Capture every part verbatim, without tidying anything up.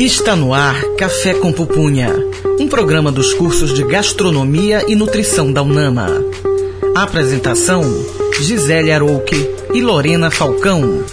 Está no ar Café com Pupunha, um programa dos cursos de Gastronomia e Nutrição da UNAMA. Apresentação: Gisele Arouque e Lorena Falcão.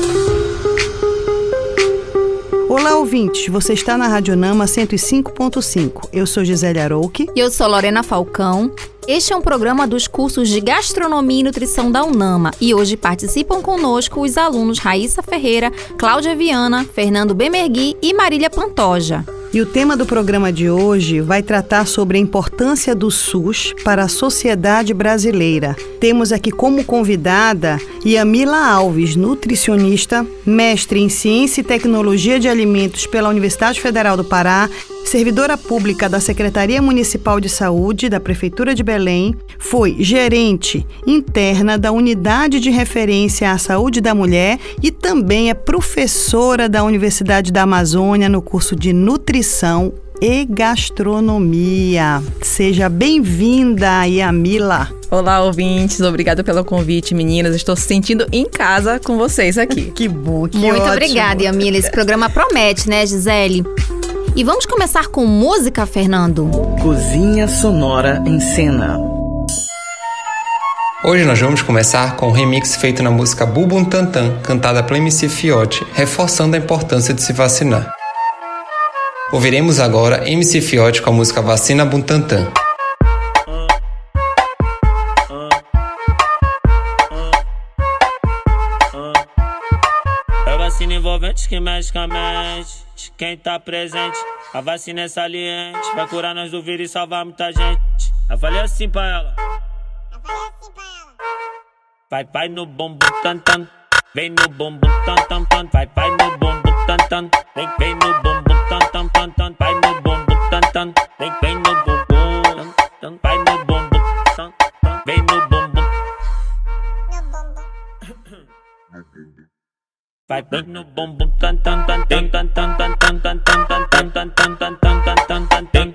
Olá, ouvintes! Você está na Rádio UNAMA cento e cinco ponto cinco. Eu sou Gisele Arouque. E eu sou Lorena Falcão. Este é um programa dos cursos de Gastronomia e Nutrição da UNAMA e hoje participam conosco os alunos Raíssa Ferreira, Cláudia Viana, Fernando Bemergui e Marília Pantoja. E o tema do programa de hoje vai tratar sobre a importância do SUS para a sociedade brasileira. Temos aqui como convidada Yamila Alves, nutricionista, mestre em Ciência e Tecnologia de Alimentos pela Universidade Federal do Pará, servidora pública da Secretaria Municipal de Saúde da Prefeitura de Belém, foi gerente interna da Unidade de Referência à Saúde da Mulher e também é professora da Universidade da Amazônia no curso de Nutrição e Gastronomia. Seja bem-vinda, Yamila. Olá, ouvintes. Obrigada pelo convite, meninas. Estou se sentindo em casa com vocês aqui. Que bom, que Muito ótimo. obrigada, Yamila. Esse programa promete, né, Gisele? E vamos começar com música, Fernando? Cozinha Sonora em Cena. Hoje nós vamos começar com um remix feito na música Bumbum Tantan, cantada pela M C Fiote, reforçando a importância de se vacinar. Ouviremos agora M C Fiote com a música Vacina Buntantan. É vacina envolvente que mexe com a mente. Quem tá presente, a vacina é saliente. Vai curar nós do vírus e salvar muita gente. Eu falei assim pra ela. Eu falei assim pra ela. Vai, vai no bumbum tan tan. Vem no bumbum tan tan tan. Vai, vai no bumbum tan tan. Vem, vem no bumbum tan tan tan tan. Vai no bumbum tan tan. Vem, vem no bumbum tan. Vai no bumbum tan tan. Vem no bumbum. Vai bem no bumbum tan tan tan tan tan tan tan tan tan tan tan tan tan tan tan tan tan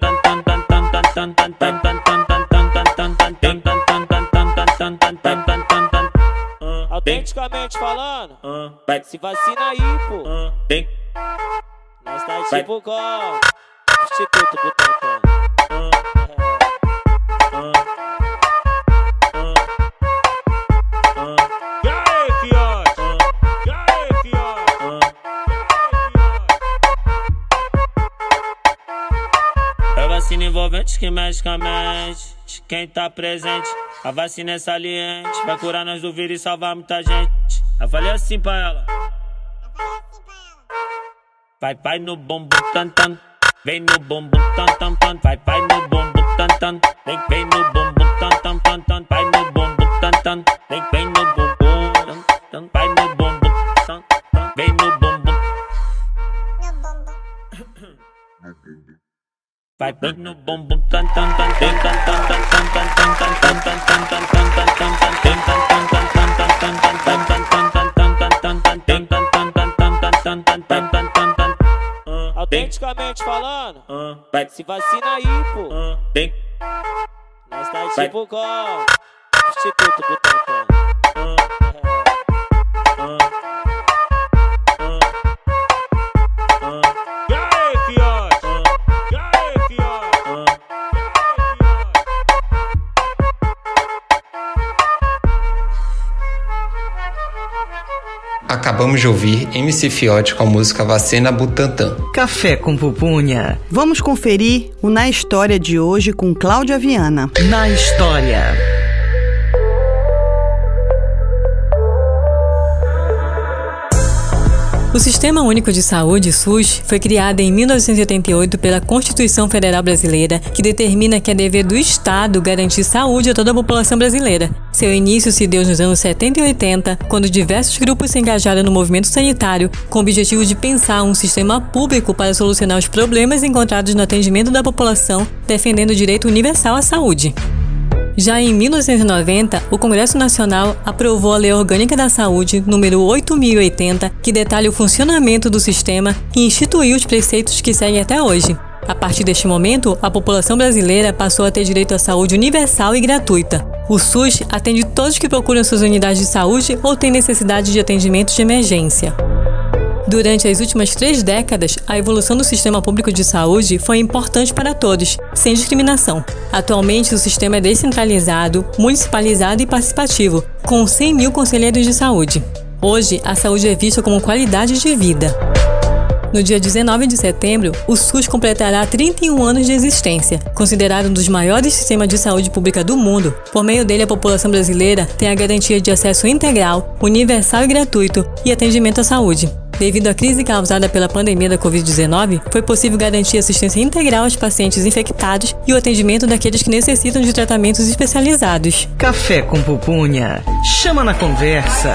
tan. Autenticamente falando, se vacina aí, pô. Nós tá tipo igual Instituto Butantan. Vacina envolvente que mexe com a mente. Quem tá presente, a vacina é saliente. Vai curar nós do vírus e salvar muita gente. Eu falei assim pra ela. Vai, vai no bumbum tan tan. Vem no bumbum tan tan tan. Vai, vai no bumbum tan tan. Vem, vem no bumbum tan tan tan tan. Vai no bumbum tan tan. Vem, vem no bumbum tan tan. Vai no bumbum tan tan. Vem no bumbum. Vai bem no bumbum tan tan tan tan tan tan tan tan tan tan tan tan tan. Autenticamente falando, se vacina aí, pô. Nós tá tipo igual Instituto Butantan. Acabamos de ouvir M C Fiote com a música Vacina Butantan. Café com Pupunha. Vamos conferir o Na História de hoje com Cláudia Viana. Na História. O Sistema Único de Saúde, SUS, foi criado em mil novecentos e oitenta e oito pela Constituição Federal Brasileira, que determina que é dever do Estado garantir saúde a toda a população brasileira. Seu início se deu nos anos setenta e oitenta, quando diversos grupos se engajaram no movimento sanitário com o objetivo de pensar um sistema público para solucionar os problemas encontrados no atendimento da população, defendendo o direito universal à saúde. Já em mil novecentos e noventa, o Congresso Nacional aprovou a Lei Orgânica da Saúde, número oito mil e oitenta, que detalha o funcionamento do sistema e instituiu os preceitos que seguem até hoje. A partir deste momento, a população brasileira passou a ter direito à saúde universal e gratuita. O SUS atende todos que procuram suas unidades de saúde ou têm necessidade de atendimento de emergência. Durante as últimas três décadas, a evolução do sistema público de saúde foi importante para todos, sem discriminação. Atualmente, o sistema é descentralizado, municipalizado e participativo, com cem mil conselheiros de saúde. Hoje, a saúde é vista como qualidade de vida. No dia dezenove de setembro, o SUS completará trinta e um anos de existência. Considerado um dos maiores sistemas de saúde pública do mundo, por meio dele a população brasileira tem a garantia de acesso integral, universal e gratuito e atendimento à saúde. Devido à crise causada pela pandemia da covid dezenove, foi possível garantir assistência integral aos pacientes infectados e o atendimento daqueles que necessitam de tratamentos especializados. Café com Pupunha. Chama na conversa.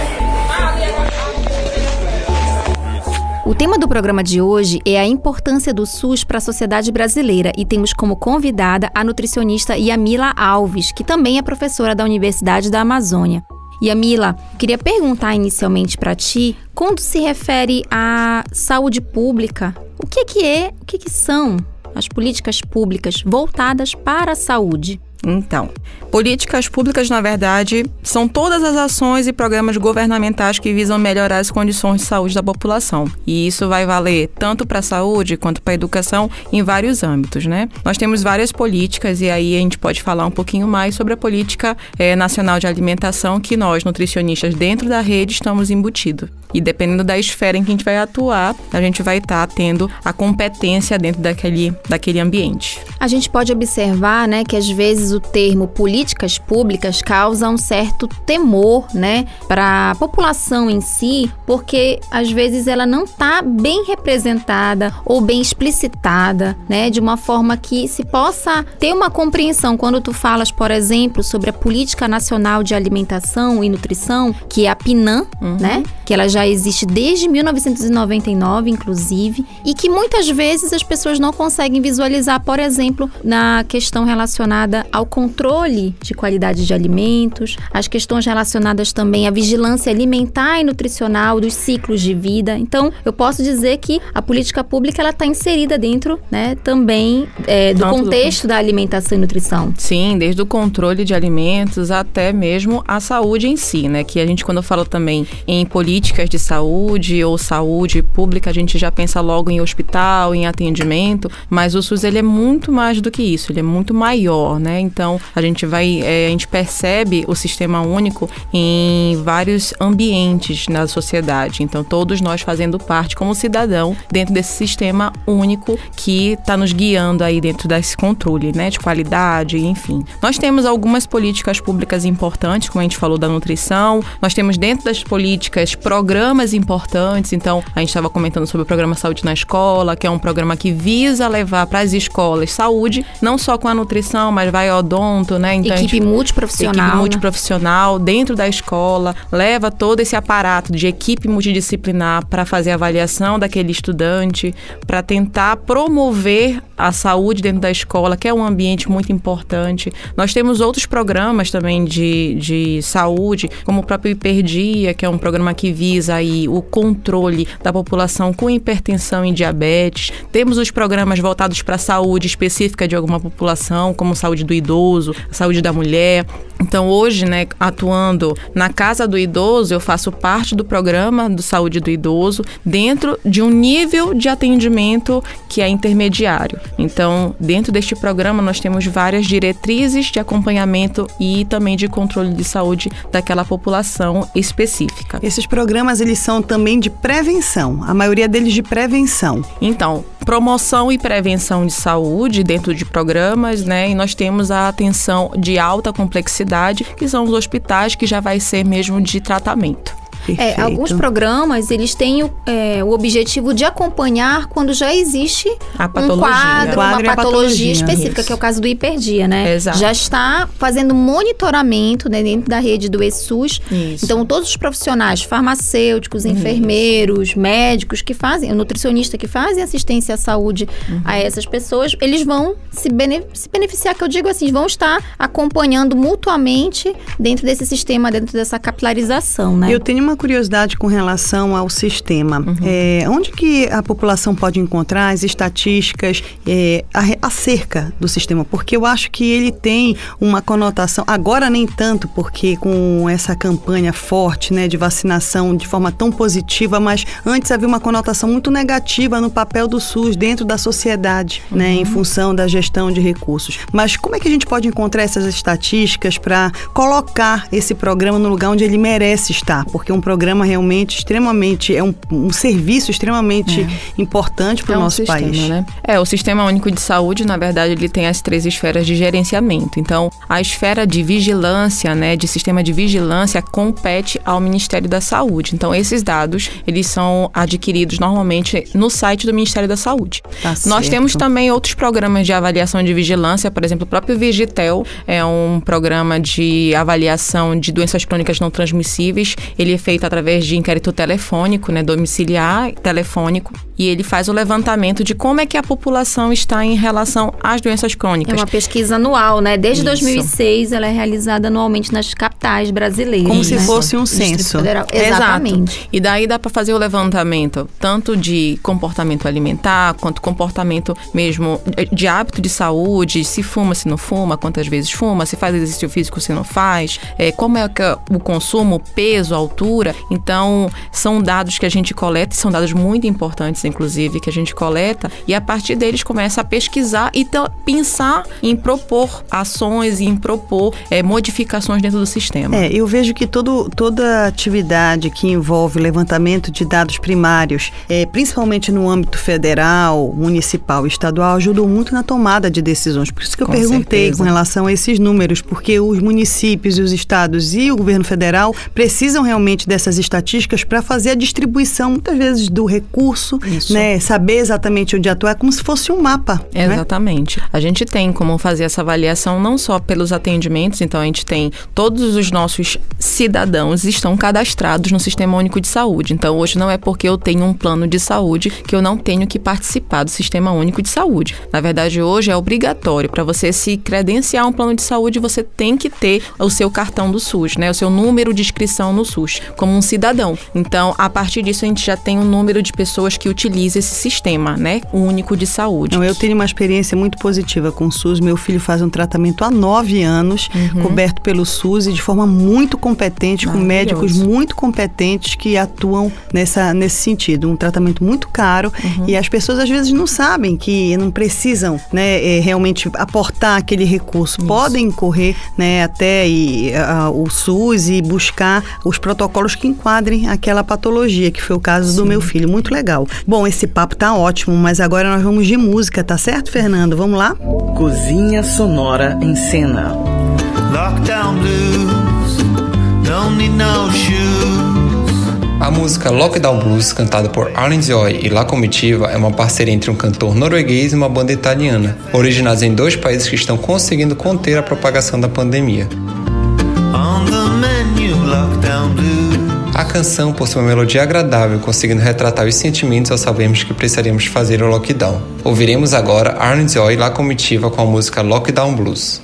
O tema do programa de hoje é a importância do SUS para a sociedade brasileira e temos como convidada a nutricionista Yamila Alves, que também é professora da Universidade da Amazônia. Yamila, queria perguntar inicialmente para ti, quando se refere à saúde pública, o que que é, o que que são as políticas públicas voltadas para a saúde? Então, políticas públicas, na verdade, são todas as ações e programas governamentais que visam melhorar as condições de saúde da população. E isso vai valer tanto para a saúde quanto para a educação em vários âmbitos, né? Nós temos várias políticas e aí a gente pode falar um pouquinho mais sobre a Política é, Nacional de Alimentação que nós, nutricionistas, dentro da rede, estamos embutidos. E dependendo da esfera em que a gente vai atuar, a gente vai estar tendo a competência dentro daquele, daquele ambiente. A gente pode observar, né, que às vezes o termo políticas públicas causa um certo temor, né, para a população em si, porque às vezes ela não está bem representada ou bem explicitada, né, de uma forma que se possa ter uma compreensão. Quando tu falas, por exemplo, sobre a Política Nacional de Alimentação e Nutrição, que é a PNAM, uhum. né, que ela já existe desde mil novecentos e noventa e nove, inclusive, e que muitas vezes as pessoas não conseguem visualizar, por exemplo, na questão relacionada ao controle de qualidade de alimentos, as questões relacionadas também à vigilância alimentar e nutricional dos ciclos de vida. Então, eu posso dizer que a política pública ela está inserida dentro, né, também é, do Tanto contexto do... da alimentação e nutrição. Sim, desde o controle de alimentos até mesmo a saúde em si, né? Que a gente, quando fala também em políticas de saúde ou saúde pública, a gente já pensa logo em hospital, em atendimento, mas o SUS ele é muito mais do que isso, ele é muito maior, né? Então, a gente vai, é, a gente percebe o sistema único em vários ambientes na sociedade. Então, todos nós fazendo parte como cidadão dentro desse sistema único que está nos guiando aí dentro desse controle, né? De qualidade, enfim. Nós temos algumas políticas públicas importantes, como a gente falou da nutrição. Nós temos dentro das políticas programas importantes. Então, a gente estava comentando sobre o programa Saúde na Escola, que é um programa que visa levar para as escolas saúde, não só com a nutrição, mas vai odonto, né? Então, equipe gente, multiprofissional. Equipe multiprofissional dentro da escola, leva todo esse aparato de equipe multidisciplinar para fazer a avaliação daquele estudante, para tentar promover a saúde dentro da escola, que é um ambiente muito importante. Nós temos outros programas também de, de saúde, como o próprio Hiperdia, que é um programa que visa aí o controle da população com hipertensão e diabetes. Temos os programas voltados para a saúde específica de alguma população, como saúde do idoso, saúde da mulher. Então, hoje, né, atuando na Casa do Idoso, eu faço parte do programa do Saúde do Idoso dentro de um nível de atendimento que é intermediário. Então, dentro deste programa, nós temos várias diretrizes de acompanhamento e também de controle de saúde daquela população específica. Esses programas, eles são também de prevenção, a maioria deles de prevenção. Então, promoção e prevenção de saúde dentro de programas, né? E nós temos a atenção de alta complexidade, que são os hospitais, que já vai ser mesmo de tratamento. É, alguns programas, eles têm o, é, o objetivo de acompanhar quando já existe a patologia. um quadro, quadro uma patologia, patologia específica, isso. Que é o caso do Hiperdia, né? Exato. Já está fazendo monitoramento, né, dentro da rede do ESUS. Isso. Então, todos os profissionais, farmacêuticos, enfermeiros, isso. médicos que fazem, nutricionista que fazem assistência à saúde uhum. a essas pessoas, eles vão se, bene- se beneficiar, que eu digo assim, vão estar acompanhando mutuamente dentro desse sistema, dentro dessa capilarização, né? Eu tenho uma uma curiosidade com relação ao sistema. Uhum. É, onde que a população pode encontrar as estatísticas é, acerca do sistema? Porque eu acho que ele tem uma conotação, agora nem tanto, porque com essa campanha forte, né, de vacinação de forma tão positiva, mas antes havia uma conotação muito negativa no papel do SUS dentro da sociedade, uhum. né, em função da gestão de recursos. Mas como é que a gente pode encontrar essas estatísticas para colocar esse programa no lugar onde ele merece estar? Porque é um programa realmente extremamente, é um, um serviço extremamente é. importante para o é um nosso sistema, país. Né? É, o Sistema Único de Saúde, na verdade, ele tem as três esferas de gerenciamento. Então, a esfera de vigilância, né, de sistema de vigilância, compete ao Ministério da Saúde. Então, esses dados, eles são adquiridos normalmente no site do Ministério da Saúde. Tá Nós certo. temos também outros programas de avaliação de vigilância, por exemplo, o próprio Vigitel é um programa de avaliação de doenças crônicas não transmissíveis. Ele é feito através de inquérito telefônico, né, domiciliar telefônico, e ele faz o levantamento de como é que a população está em relação às doenças crônicas. É uma pesquisa anual, né? Desde Isso. dois mil e seis, ela é realizada anualmente nas capitais brasileiras. Como né? se fosse um censo. Exatamente. Exato. E daí dá para fazer o levantamento tanto de comportamento alimentar, quanto comportamento mesmo de hábito de saúde, se fuma, se não fuma, quantas vezes fuma, se faz exercício físico, se não faz, é, como é que é o consumo, peso, altura. Então, são dados que a gente coleta, e são dados muito importantes, inclusive, que a gente coleta, e a partir deles começa a pesquisar e t- pensar em propor ações e em propor é, modificações dentro do sistema. É, eu vejo que todo, toda atividade que envolve levantamento de dados primários, é, principalmente no âmbito federal, municipal e estadual, ajudou muito na tomada de decisões. Por isso que eu Com perguntei certeza. com relação a esses números, porque os municípios e os estados e o governo federal precisam realmente dessas estatísticas para fazer a distribuição, muitas vezes, do recurso, né? Saber exatamente onde atuar, como se fosse um mapa. Exatamente. Né? A gente tem como fazer essa avaliação não só pelos atendimentos, então a gente tem todos os nossos cidadãos estão cadastrados no Sistema Único de Saúde. Então hoje não é porque eu tenho um plano de saúde que eu não tenho que participar do Sistema Único de Saúde. Na verdade, hoje é obrigatório. Para você se credenciar a um plano de saúde, você tem que ter o seu cartão do SUS, né? O seu número de inscrição no SUS, como um cidadão. Então, a partir disso, a gente já tem um número de pessoas que utilizam esse sistema, né? Único de saúde. Não, eu tenho uma experiência muito positiva com o SUS. Meu filho faz um tratamento há nove anos, uhum. coberto pelo SUS e de forma muito competente, com médicos muito competentes que atuam nessa, nesse sentido. Um tratamento muito caro uhum. e as pessoas às vezes não sabem que não precisam, né, é, realmente aportar aquele recurso. Isso. Podem correr, né, até e, a, o SUS e buscar os protocolos que enquadrem aquela patologia, que foi o caso Sim. do meu filho. Muito legal. Bom, esse papo tá ótimo, mas agora nós vamos de música, tá certo, Fernando? Vamos lá? Cozinha Sonora em Cena. Lockdown Blues, don't need no shoes. A música Lockdown Blues, cantada por Arlen Zoy e La Comitiva, é uma parceria entre um cantor norueguês e uma banda italiana, originados em dois países que estão conseguindo conter a propagação da pandemia. On the menu, Lockdown Blues. A canção possui uma melodia agradável, conseguindo retratar os sentimentos ao sabermos que precisaríamos fazer o lockdown. Ouviremos agora Arlen Zoy e La Comitiva com a música Lockdown Blues.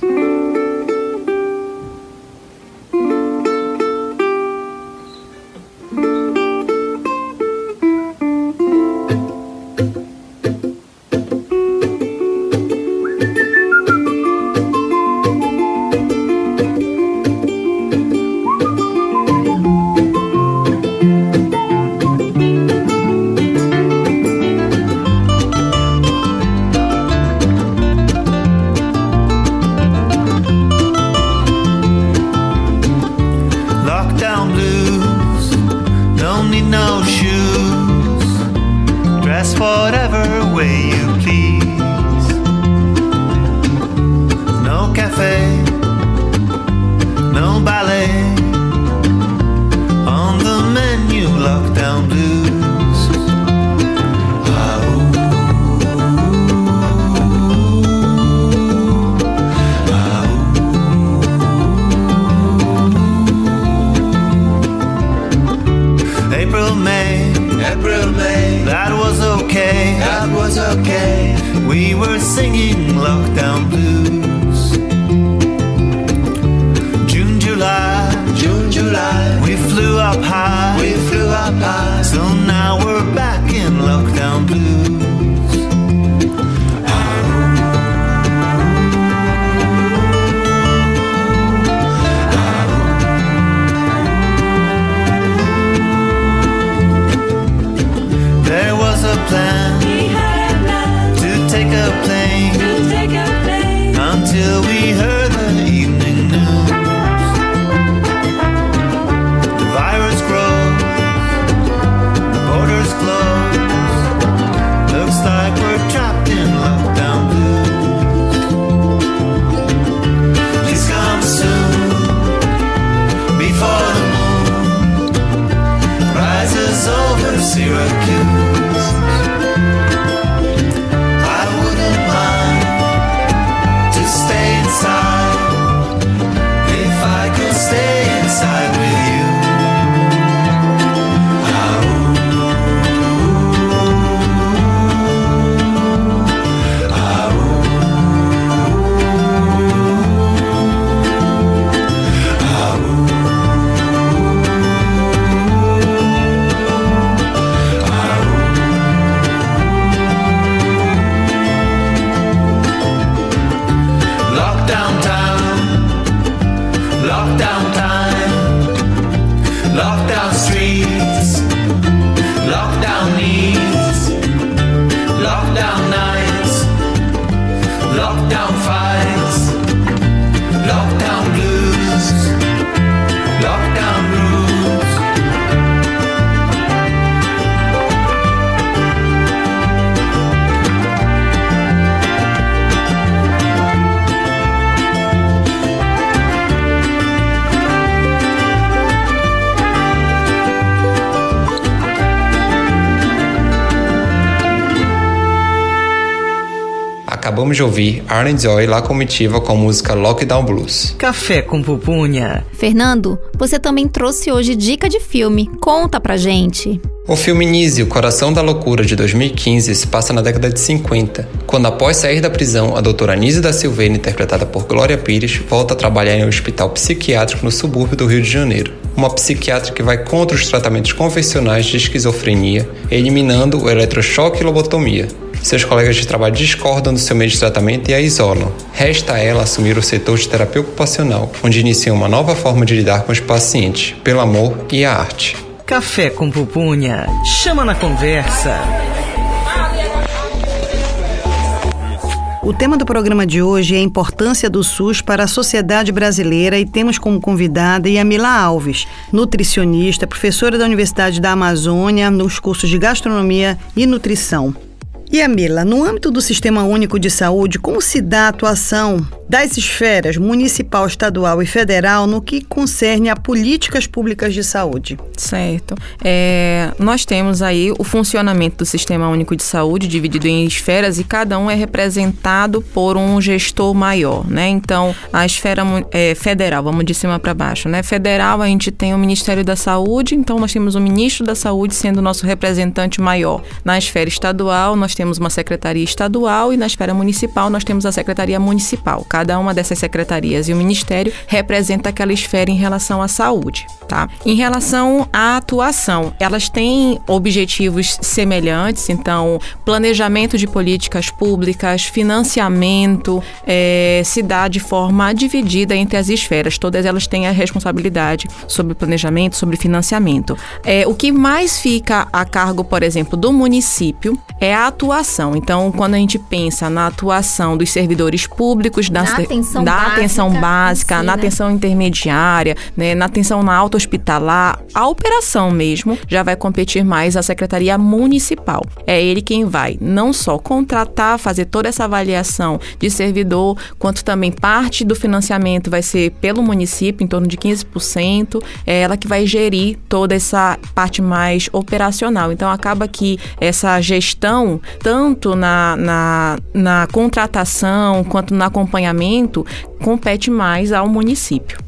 June, July, June, July. July. We flew up high, we flew up high. So now we're back in lockdown blues. There was a plan to take a plane until we heard the evening news. The virus grows, the borders close. Looks like we're trapped in lockdown blues. Please come soon, before the moon rises over Syracuse. I wouldn't mind to stay inside if I could stay inside with you. Lockdown time, lockdown time, lockdown streets, lockdown needs, lockdown nights, lockdown fights, lockdown blues, lockdown rules. Acabamos de ouvir Arlen Joy La Comitiva com a música Lockdown Blues. Café com pupunha. Fernando, você também trouxe hoje dica de filme. Conta pra gente. O filme Nise, O Coração da Loucura, de dois mil e quinze, se passa na década de cinquenta, quando após sair da prisão, a doutora Nise da Silveira, interpretada por Glória Pires, volta a trabalhar em um hospital psiquiátrico no subúrbio do Rio de Janeiro. Uma psiquiatra que vai contra os tratamentos convencionais de esquizofrenia, eliminando o eletrochoque e lobotomia. Seus colegas de trabalho discordam do seu meio de tratamento e a isolam. Resta a ela assumir o setor de terapia ocupacional, onde inicia uma nova forma de lidar com os pacientes, pelo amor e a arte. Café com pupunha. Chama na conversa. O tema do programa de hoje é a importância do SUS para a sociedade brasileira e temos como convidada Yamila Alves, nutricionista, professora da Universidade da Amazônia nos cursos de gastronomia e nutrição. Yamila, no âmbito do Sistema Único de Saúde, como se dá a atuação das esferas municipal, estadual e federal no que concerne a políticas públicas de saúde? Certo. É, nós temos aí o funcionamento do Sistema Único de Saúde dividido em esferas e cada um é representado por um gestor maior, né? Então, a esfera é, federal, vamos de cima para baixo, né? Federal, a gente tem o Ministério da Saúde, então nós temos o Ministro da Saúde sendo o nosso representante maior. Na esfera estadual, nós temos uma Secretaria Estadual e na esfera municipal, nós temos a Secretaria Municipal. Cada uma dessas secretarias e o Ministério representa aquela esfera em relação à saúde, tá? Em relação à atuação, elas têm objetivos semelhantes, então, planejamento de políticas públicas, financiamento, é, se dá de forma dividida entre as esferas. Todas elas têm a responsabilidade sobre planejamento, sobre financiamento. É, o que mais fica a cargo, por exemplo, do município é a atuação. Então, quando a gente pensa na atuação dos servidores públicos, da, da atenção da básica, atenção básica si, na né? atenção intermediária, né, na atenção na alta hospitalar, a operação mesmo já vai competir mais a Secretaria Municipal. É ele quem vai não só contratar, fazer toda essa avaliação de servidor, quanto também parte do financiamento vai ser pelo município, em torno de quinze por cento. É ela que vai gerir toda essa parte mais operacional. Então, acaba que essa gestão, tanto na, na, na contratação quanto no acompanhamento, compete mais ao município.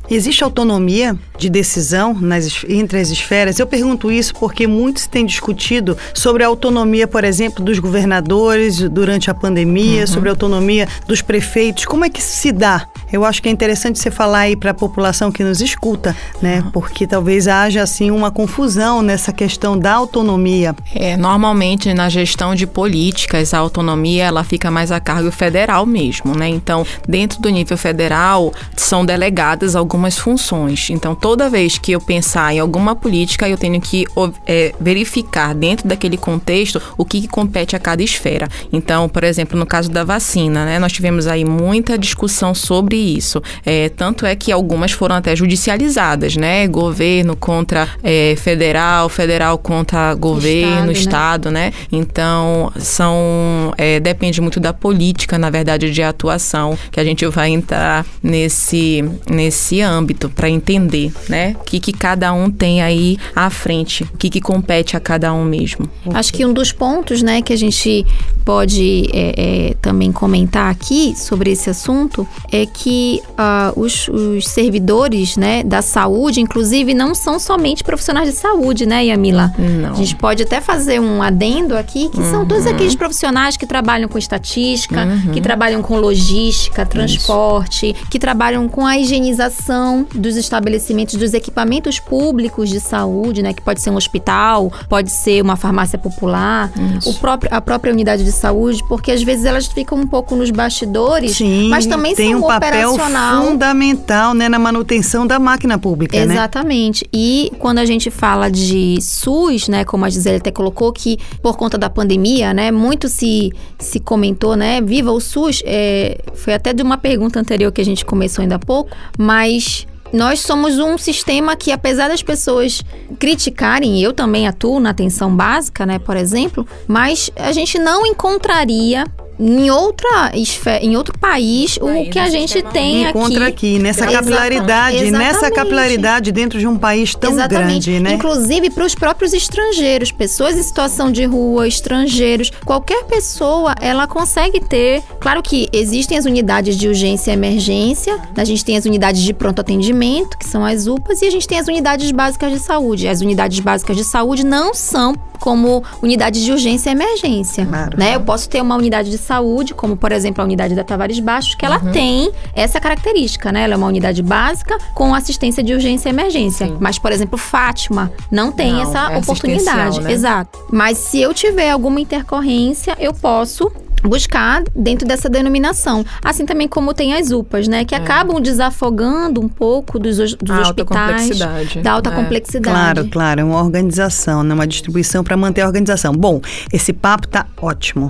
Existe autonomia de decisão nas, entre as esferas? Eu pergunto isso porque muito se tem discutido sobre a autonomia, por exemplo, dos governadores durante a pandemia, uhum. sobre a autonomia dos prefeitos. Como é que isso se dá? Eu acho que é interessante você falar aí para a população que nos escuta, né? Uhum. Porque talvez haja, assim, uma confusão nessa questão da autonomia. É, normalmente, na gestão de políticas, a autonomia, ela fica mais a cargo federal mesmo, né? Então, dentro do nível federal, são delegadas algumas funções. Então, toda vez que eu pensar em alguma política, eu tenho que é, verificar dentro daquele contexto o que, que compete a cada esfera. Então, por exemplo, no caso da vacina, né? Nós tivemos aí muita discussão sobre isso. É, tanto é que algumas foram até judicializadas, né? Governo contra é, federal, federal contra governo, Estado, né? né? Então, são... É, depende muito da política, na verdade, de atuação, que a gente vai entrar nesse, nesse âmbito para entender, né? O que, que cada um tem aí à frente, o que, que compete a cada um mesmo. Acho que um dos pontos, né, que a gente pode é, é, também comentar aqui sobre esse assunto é que uh, os, os servidores, né, da saúde, inclusive, não são somente profissionais de saúde, né, Yamila? Não. A gente pode até fazer um adendo aqui, que uhum. são todos aqueles profissionais que trabalham com estatística, uhum. que trabalham com logística, transporte, Isso. que trabalham com a higienização dos estabelecimentos, dos equipamentos públicos de saúde, né, que pode ser um hospital, pode ser uma farmácia popular, o próprio, a própria unidade de saúde, porque às vezes elas ficam um pouco nos bastidores, Sim, mas também tem são um papel operacional. fundamental, né, na manutenção da máquina pública, Exatamente. né? Exatamente. E quando a gente fala de SUS, né, como a Gisele até colocou, que por conta da pandemia, né, muito se, se comentou, né, viva o SUS, é, foi até de uma pergunta anterior que a gente começou ainda há pouco, mas... Nós somos um sistema que, apesar das pessoas criticarem, eu também atuo na atenção básica, né, por exemplo, mas a gente não encontraria em outra esfera, em outro país, o que a gente tem aqui. Encontra aqui, nessa capilaridade, Exatamente. nessa capilaridade dentro de um país tão Exatamente. grande, né? Inclusive para os próprios estrangeiros, pessoas em situação de rua, estrangeiros, qualquer pessoa, ela consegue ter, claro que existem as unidades de urgência e emergência, a gente tem as unidades de pronto atendimento, que são as U P As, e a gente tem as unidades básicas de saúde. As unidades básicas de saúde não são como unidades de urgência e emergência, claro. né? Eu posso ter uma unidade de saúde, como por exemplo a unidade da Tavares Baixos, que ela uhum. tem essa característica, né? Ela é uma unidade básica com assistência de urgência e emergência. Sim. Mas, por exemplo, Fátima não tem não, essa é oportunidade. Né? Exato. Mas se eu tiver alguma intercorrência, eu posso buscar dentro dessa denominação. Assim também como tem as U P As, né? Que é. acabam desafogando um pouco dos, dos a hospitais. Alta complexidade. Da alta é. complexidade. Claro, claro. É uma organização, né? Uma distribuição para manter a organização. Bom, esse papo tá ótimo.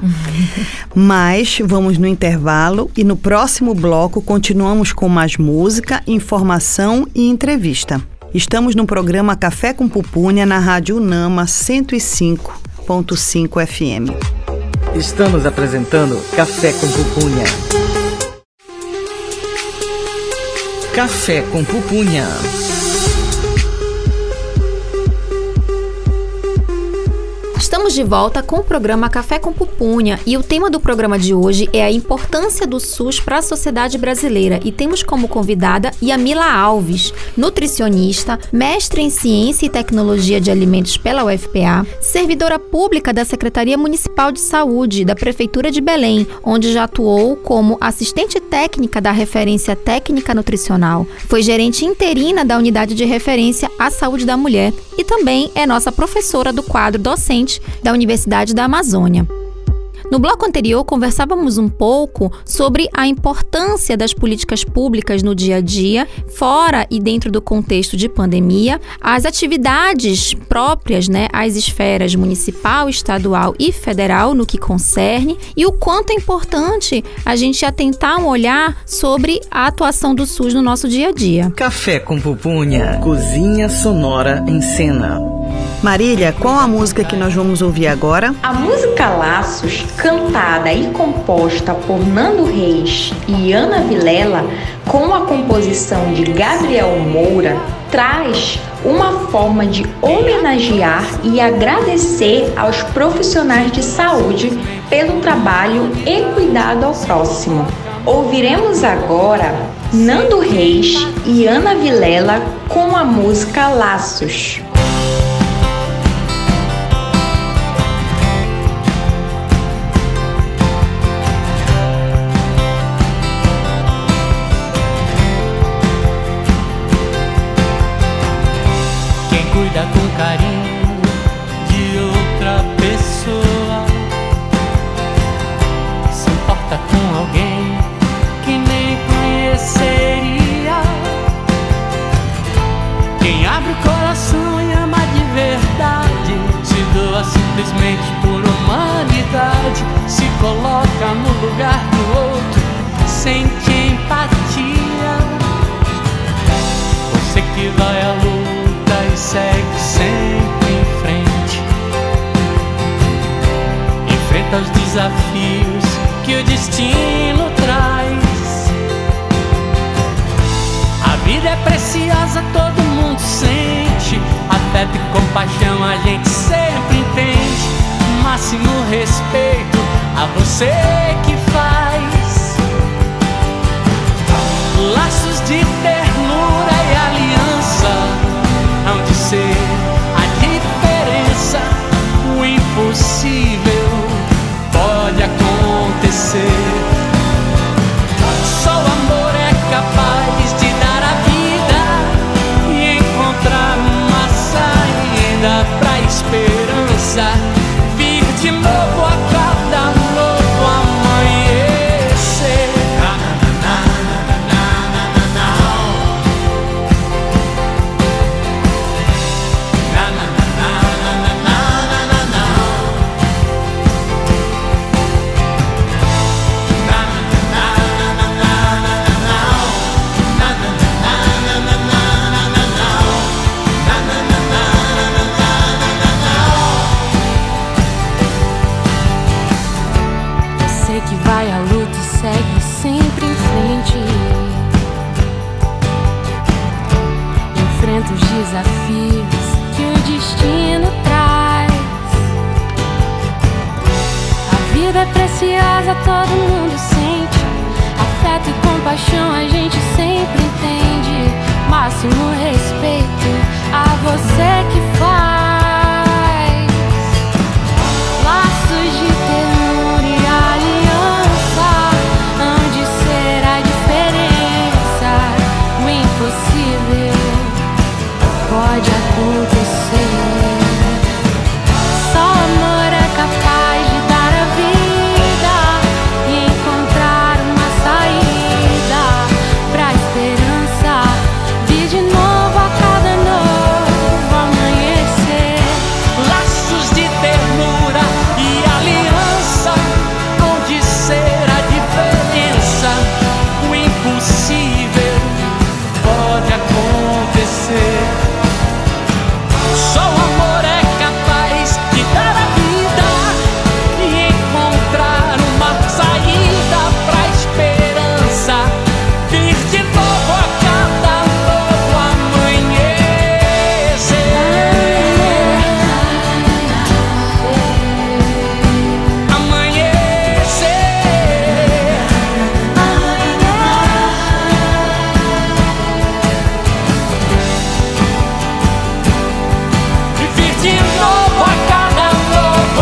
Mas vamos no intervalo e no próximo bloco continuamos com mais música, informação e entrevista. Estamos no programa Café com Pupunha na Rádio Unama cento e cinco ponto cinco F M. Estamos apresentando Café com Pupunha. Café com Pupunha. Estamos de volta com o programa Café com Pupunha e o tema do programa de hoje é a importância do SUS para a sociedade brasileira e temos como convidada Yamila Alves, nutricionista, mestre em Ciência e Tecnologia de Alimentos pela U F P A, servidora pública da Secretaria Municipal de Saúde da Prefeitura de Belém, onde já atuou como assistente técnica da Referência Técnica Nutricional, foi gerente interina da Unidade de Referência à Saúde da Mulher e também é nossa professora do quadro docente da Universidade da Amazônia. No bloco anterior, conversávamos um pouco sobre a importância das políticas públicas no dia a dia, fora e dentro do contexto de pandemia, as atividades próprias, né, às esferas municipal, estadual e federal no que concerne, e o quanto é importante a gente atentar um olhar sobre a atuação do SUS no nosso dia a dia. Café com Pupunha, cozinha sonora em cena. Marília, qual a música que nós vamos ouvir agora? A música Laços, cantada e composta por Nando Reis e Ana Vilela, com a composição de Gabriel Moura, traz uma forma de homenagear e agradecer aos profissionais de saúde pelo trabalho e cuidado ao próximo. Ouviremos agora Nando Reis e Ana Vilela com a música Laços. Quem cuida com carinho de outra pessoa se importa com alguém que nem conheceria. Quem abre o coração e ama de verdade se doa simplesmente por humanidade, se coloca no lugar do outro, sente empatia. Você que vai à luta e segue sempre em frente, enfrenta os desafios que o destino traz. A vida é preciosa, todo mundo sente, afeto e compaixão a gente sempre entende. Máximo respeito a você que faz. Laços de ternura e aliança hão de ser a diferença. O impossível pode acontecer. Só o amor é capaz de dar a vida e encontrar uma saída pra esperança vir de novo a cada novo amanhecer. Você que vai à luta e segue sempre em frente, enfrenta os desafios que o destino traz. A vida é preciosa, todo mundo sente, afeto e compaixão a gente sempre entende. Máximo respeito a você que faz. Laços de ternura e aliança hão de ser a diferença. O impossível pode acontecer. Só o amor é capaz de dar a vida e encontrar uma saída pra esperança vir de novo a cada novo amanhecer. Laços de ternura e aliança hão de ser a diferença. O impossível pode acontecer. Só o amor é capaz de dar a vida e encontrar uma saída pra esperança vir de novo a cada novo amanhecer. Amanhecer. Vir de novo a cada novo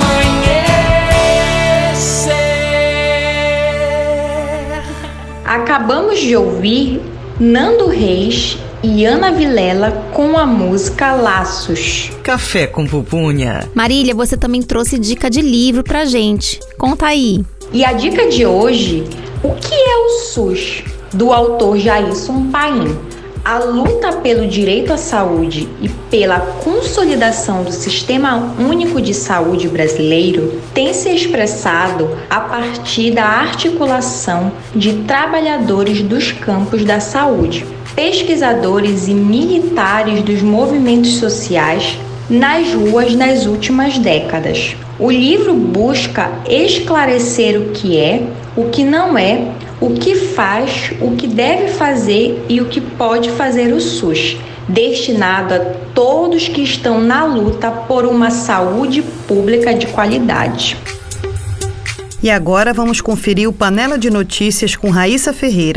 amanhecer. Acabamos de ouvir Nando Reis e Ana Vilela com a música Laços. Café com pupunha. Marília, você também trouxe dica de livro pra gente. Conta aí. E a dica de hoje, o que é o SUS? Do autor Jailson Paim. A luta pelo direito à saúde e pela consolidação do Sistema Único de Saúde brasileiro tem se expressado a partir da articulação de trabalhadores dos campos da saúde, pesquisadores e militares dos movimentos sociais nas ruas nas últimas décadas. O livro busca esclarecer o que é, o que não é, o que faz, o que deve fazer e o que pode fazer o SUS, destinado a todos que estão na luta por uma saúde pública de qualidade. E agora vamos conferir o Panela de Notícias com Raíssa Ferreira.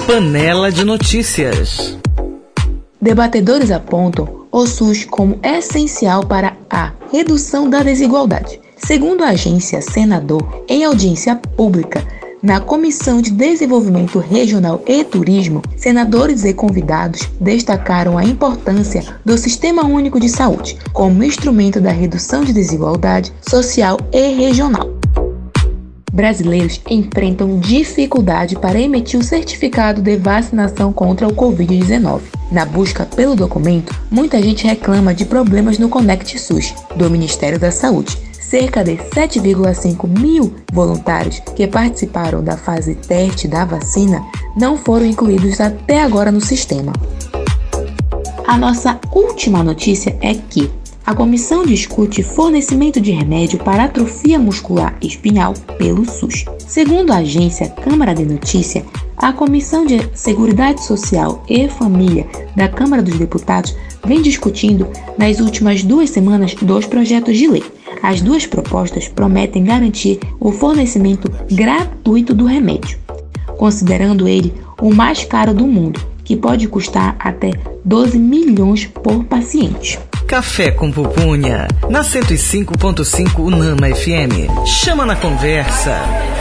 Panela de Notícias. Debatedores apontam o SUS como essencial para a redução da desigualdade. Segundo a agência Senador, em audiência pública, na Comissão de Desenvolvimento Regional e Turismo, senadores e convidados destacaram a importância do Sistema Único de Saúde como instrumento da redução de desigualdade social e regional. Brasileiros enfrentam dificuldade para emitir o certificado de vacinação contra o covid dezenove. Na busca pelo documento, muita gente reclama de problemas no Conect SUS, do Ministério da Saúde. Cerca de sete vírgula cinco mil voluntários que participaram da fase teste da vacina não foram incluídos até agora no sistema. A nossa última notícia é que a comissão discute fornecimento de remédio para atrofia muscular espinhal pelo SUS. Segundo a agência Câmara de Notícia, a Comissão de Seguridade Social e Família da Câmara dos Deputados vem discutindo nas últimas duas semanas dois projetos de lei. As duas propostas prometem garantir o fornecimento gratuito do remédio, considerando ele o mais caro do mundo, que pode custar até doze milhões por paciente. Café com Pupunha, na cento e cinco ponto cinco Unama F M. Chama na conversa.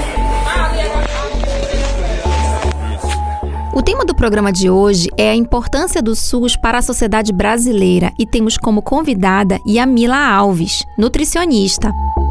O tema do programa de hoje é a importância do SUS para a sociedade brasileira e temos como convidada Yamila Alves, nutricionista.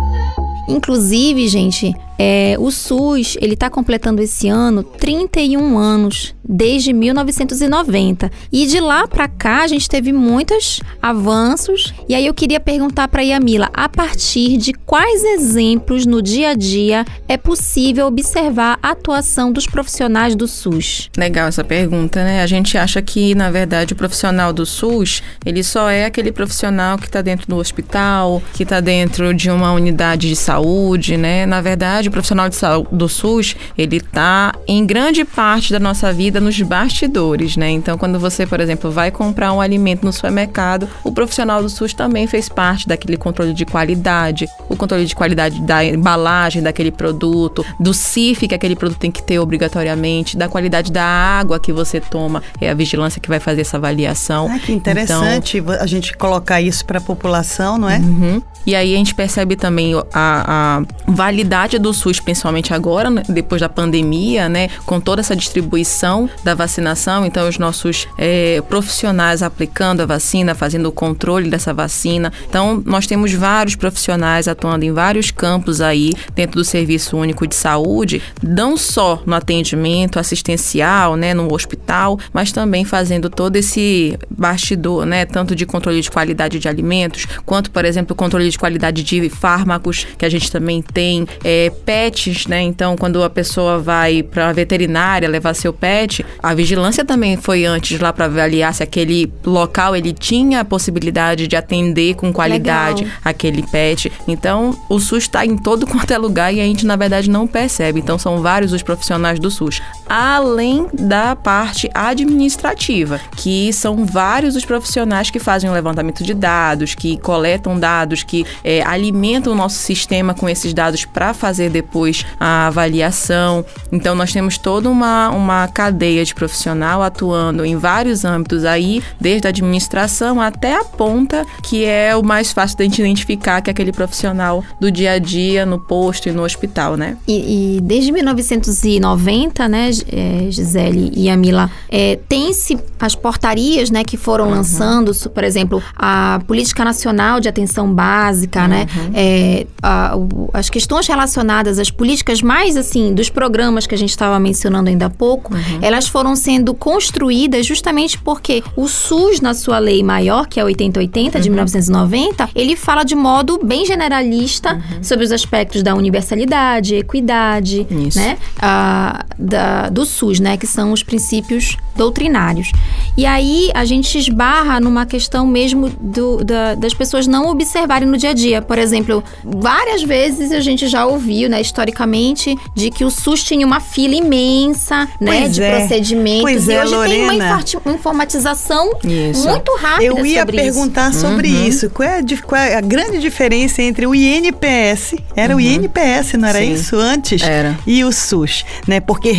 Inclusive, gente, é, o SUS ele está completando esse ano trinta e um anos, desde mil novecentos e noventa. E de lá para cá a gente teve muitos avanços. E aí eu queria perguntar para a Yamila, a partir de quais exemplos no dia a dia é possível observar a atuação dos profissionais do SUS? Legal essa pergunta, né? A gente acha que, na verdade, o profissional do SUS, ele só é aquele profissional que está dentro do hospital, que está dentro de uma unidade de saúde, né? Na verdade, o profissional de saúde do SUS, ele está em grande parte da nossa vida nos bastidores, né? Então, quando você, por exemplo, vai comprar um alimento no supermercado, o profissional do SUS também fez parte daquele controle de qualidade, o controle de qualidade da embalagem daquele produto, do C I F que aquele produto tem que ter obrigatoriamente, da qualidade da água que você toma, é a vigilância que vai fazer essa avaliação. Ah, que interessante então, a gente colocar isso para a população, não é? Uhum. E aí a gente percebe também a, a validade do SUS, principalmente agora, né, depois da pandemia, né, com toda essa distribuição da vacinação. Então, os nossos é, profissionais aplicando a vacina, fazendo o controle dessa vacina. Então, nós temos vários profissionais atuando em vários campos aí dentro do Serviço Único de Saúde, não só no atendimento assistencial, né, no hospital, mas também fazendo todo esse bastidor, né, tanto de controle de qualidade de alimentos, quanto, por exemplo, controle de qualidade de fármacos, que a gente também tem, é, pets, né? Então, quando a pessoa vai para a veterinária levar seu pet, a vigilância também foi antes lá para avaliar se aquele local ele tinha a possibilidade de atender com qualidade Legal. Aquele pet. Então, o SUS está em todo quanto é lugar e a gente, na verdade, não percebe. Então, são vários os profissionais do SUS. Além da parte administrativa, que são vários os profissionais que fazem o levantamento de dados, que coletam dados, que é, alimentam o nosso sistema com esses dados para fazer depois a avaliação. Então, nós temos toda uma, uma cadeia de profissional atuando em vários âmbitos aí, desde a administração até a ponta, que é o mais fácil de a gente identificar, que é aquele profissional do dia a dia, no posto e no hospital, né? E, e desde mil novecentos e noventa, né, é, Gisele e Yamila, é, tem-se as portarias, né, que foram uhum. lançando, por exemplo, a Política Nacional de Atenção Básica, uhum. né, é, a, o, as questões relacionadas às políticas mais, assim, dos programas que a gente estava mencionando ainda há pouco, uhum. elas foram sendo construídas justamente porque o SUS, na sua lei maior, que é a oitenta oitenta, uhum. de mil novecentos e noventa, ele fala de modo bem generalista uhum. sobre os aspectos da universalidade, equidade, Isso. né, a, da, do SUS, né, que são os princípios doutrinários. E aí a gente esbarra numa questão mesmo do, da, das pessoas não observarem no dia a dia. Por exemplo, várias vezes a gente já ouviu, né, historicamente, de que o SUS tinha uma fila imensa, né, pois de é. procedimentos. Pois e é, hoje Lorena. tem uma informatização isso. muito rápida Eu ia sobre perguntar isso. sobre uhum. isso. Qual é, a, qual é a grande diferença entre o I N P S, era uhum. o I N P S, não era Sim. isso antes? Era. E o SUS, né? Porque realmente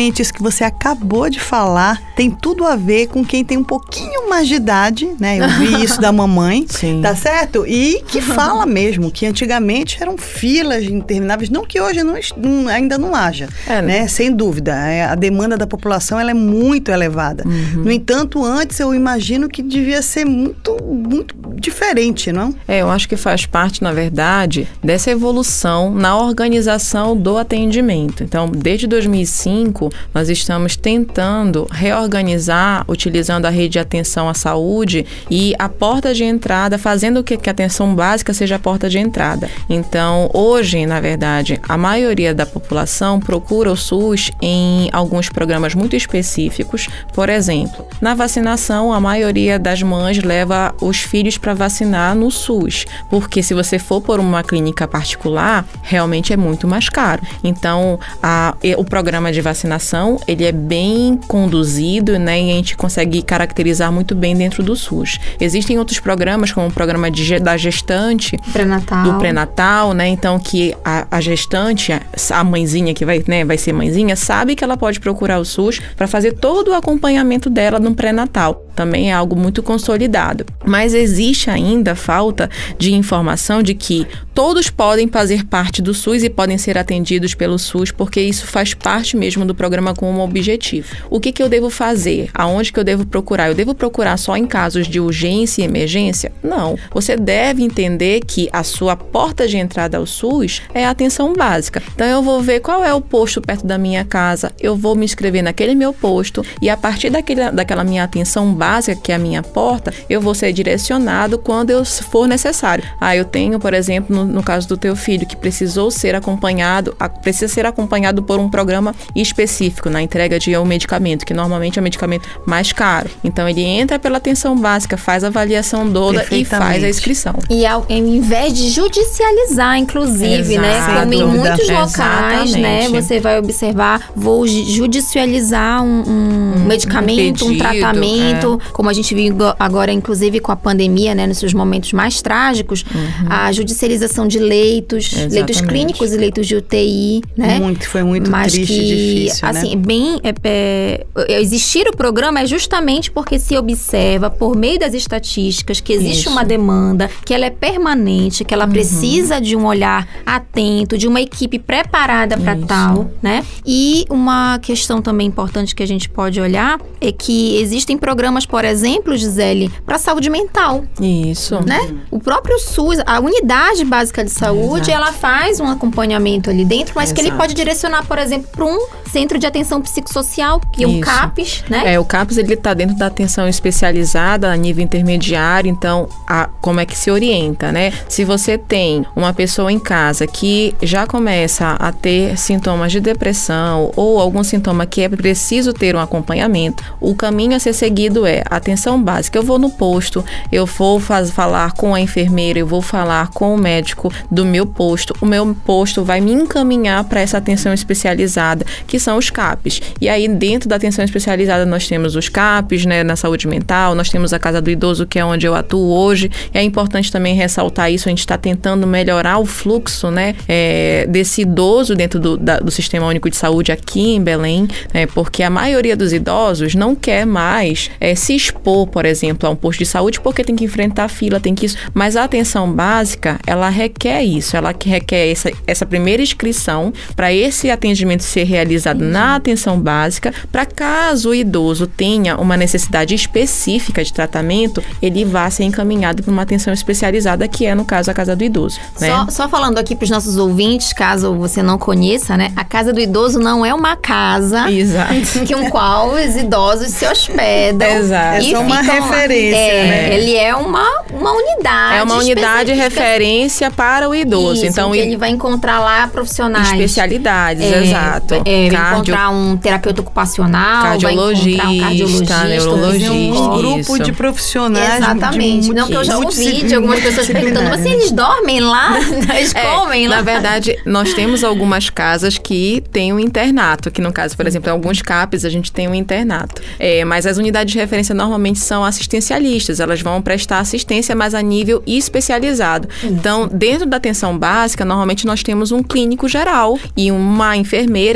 Gente, isso que você acabou de falar tem tudo a ver com quem tem um pouquinho mais de idade, né? Eu vi isso da mamãe, Sim. tá certo? E que fala mesmo que antigamente eram filas intermináveis, não que hoje não, não, ainda não haja, É, né? Sem dúvida, é, a demanda da população ela é muito elevada. Uhum. No entanto, antes eu imagino que devia ser muito, muito diferente, não? É, eu acho que faz parte, na verdade, dessa evolução na organização do atendimento. Então, desde dois mil e cinco, nós estamos tentando reorganizar, utilizando a rede de atenção à saúde e a porta de entrada, fazendo que, que a atenção básica seja a porta de entrada. Então, hoje, na verdade, a maioria da população procura o SUS em alguns programas muito específicos. Por exemplo, na vacinação, a maioria das mães leva os filhos para vacinar no SUS, porque se você for por uma clínica particular, realmente é muito mais caro. Então, a, o programa de vacinação, ele é bem conduzido, né, e a gente consegue caracterizar muito bem dentro do SUS. Existem outros programas, como o programa de, da gestante, Pré-natal. do pré-natal, né, então que a, a gestante, a, a mãezinha que vai, né, vai ser mãezinha, sabe que ela pode procurar o SUS para fazer todo o acompanhamento dela no pré-natal. Também é algo muito consolidado. Mas existe ainda falta de informação de que todos podem fazer parte do SUS e podem ser atendidos pelo SUS, porque isso faz parte mesmo do programa como objetivo. O que que eu devo fazer? Aonde que eu devo procurar? Eu devo procurar só em casos de urgência e emergência? Não. Você deve entender que a sua porta de entrada ao SUS é a atenção básica. Então eu vou ver qual é o posto perto da minha casa, eu vou me inscrever naquele meu posto e a partir daquele, daquela minha atenção básica, que é a minha porta, eu vou ser direcionado quando eu for necessário. Ah, eu tenho, por exemplo, no, no caso do teu filho, que precisou ser acompanhado, a, precisa ser acompanhado por um programa específico na entrega de um medicamento, que normalmente é um medicamento mais caro. Então, ele entra pela atenção básica, faz a avaliação toda e faz a inscrição. E ao, ao invés de judicializar, inclusive, Exato. né? Como em muitos locais, Exatamente. né? Você vai observar, vou judicializar um, um um medicamento, um, pedido, tratamento, é. como a gente viu agora, inclusive, com a pandemia, né? Nos seus momentos mais trágicos, uhum. a judicialização de leitos, Exatamente. leitos clínicos e leitos de U T I, né? Muito, foi muito Mas triste que, e difícil, assim, né? bem, é, é, existir o programa é justamente porque se observa, por meio das estatísticas, que existe Isso. uma demanda, que ela é permanente, que ela uhum. precisa de um olhar atento, de uma equipe preparada para tal, né? E uma questão também importante que a gente pode olhar é que existem programas, por exemplo, Gisele, para saúde mental. Isso. Né? O próprio SUS, a unidade básica de saúde, Exato. ela faz um acompanhamento ali dentro, mas Exato. que ele pode direcionar, por exemplo, para um centro de atenção psicossocial, que é um Isso. CAPS, né? É, o CAPS, ele está dentro da atenção especializada a nível intermediário, então, a, como é que se orienta, né? Se você tem uma pessoa em casa que já começa a ter sintomas de depressão ou algum sintoma que é preciso ter um acompanhamento, o caminho a ser seguido é atenção básica. Eu vou no posto, eu vou faz, falar com a enfermeira, eu vou falar com o médico do meu posto, o meu posto vai me encaminhar para essa atenção especializada, que são os CAPs. E aí, dentro da atenção especializada, nós temos os CAPs, né, na saúde mental, nós temos a Casa do Idoso, que é onde eu atuo hoje. É importante também ressaltar isso, a gente está tentando melhorar o fluxo, né, é, desse idoso dentro do, da, do Sistema Único de Saúde aqui em Belém, né, porque a maioria dos idosos não quer mais é, se expor, por exemplo, a um posto de saúde, porque tem que enfrentar fila, tem que isso. Mas a atenção básica, ela requer isso, ela requer essa, essa primeira inscrição para esse atendimento ser realizado na atenção básica, para caso o idoso tenha uma necessidade específica de tratamento, ele vá ser encaminhado para uma atenção especializada, que é, no caso, a Casa do Idoso. Né? Só, só falando aqui para os nossos ouvintes, caso você não conheça, né? A Casa do Idoso não é uma casa Exato. que um qual os idosos se hospedam. Exato. É só uma referência, é, né? Ele é uma, uma unidade. É uma unidade de referência para o idoso. Isso, então, que ele vai encontrar lá profissionais. Especialidades, é, exato. É, vai Cardio... encontrar um terapeuta ocupacional, cardiologista, vai encontrar um cardiologista, neurologista. Um grupo isso. de profissionais. Exatamente. De, Não, que eu já ouvi de algumas pessoas perguntando, mas eles dormem lá? Eles É, comem lá? Na verdade, nós temos algumas casas que têm um internato, que no caso, por exemplo, em alguns CAPs a gente tem um internato. É, mas as unidades de referência normalmente são assistencialistas, elas vão prestar assistência, mas a nível especializado. Isso. Então, dentro da atenção básica, normalmente nós temos um clínico geral e uma enfermeira e uma,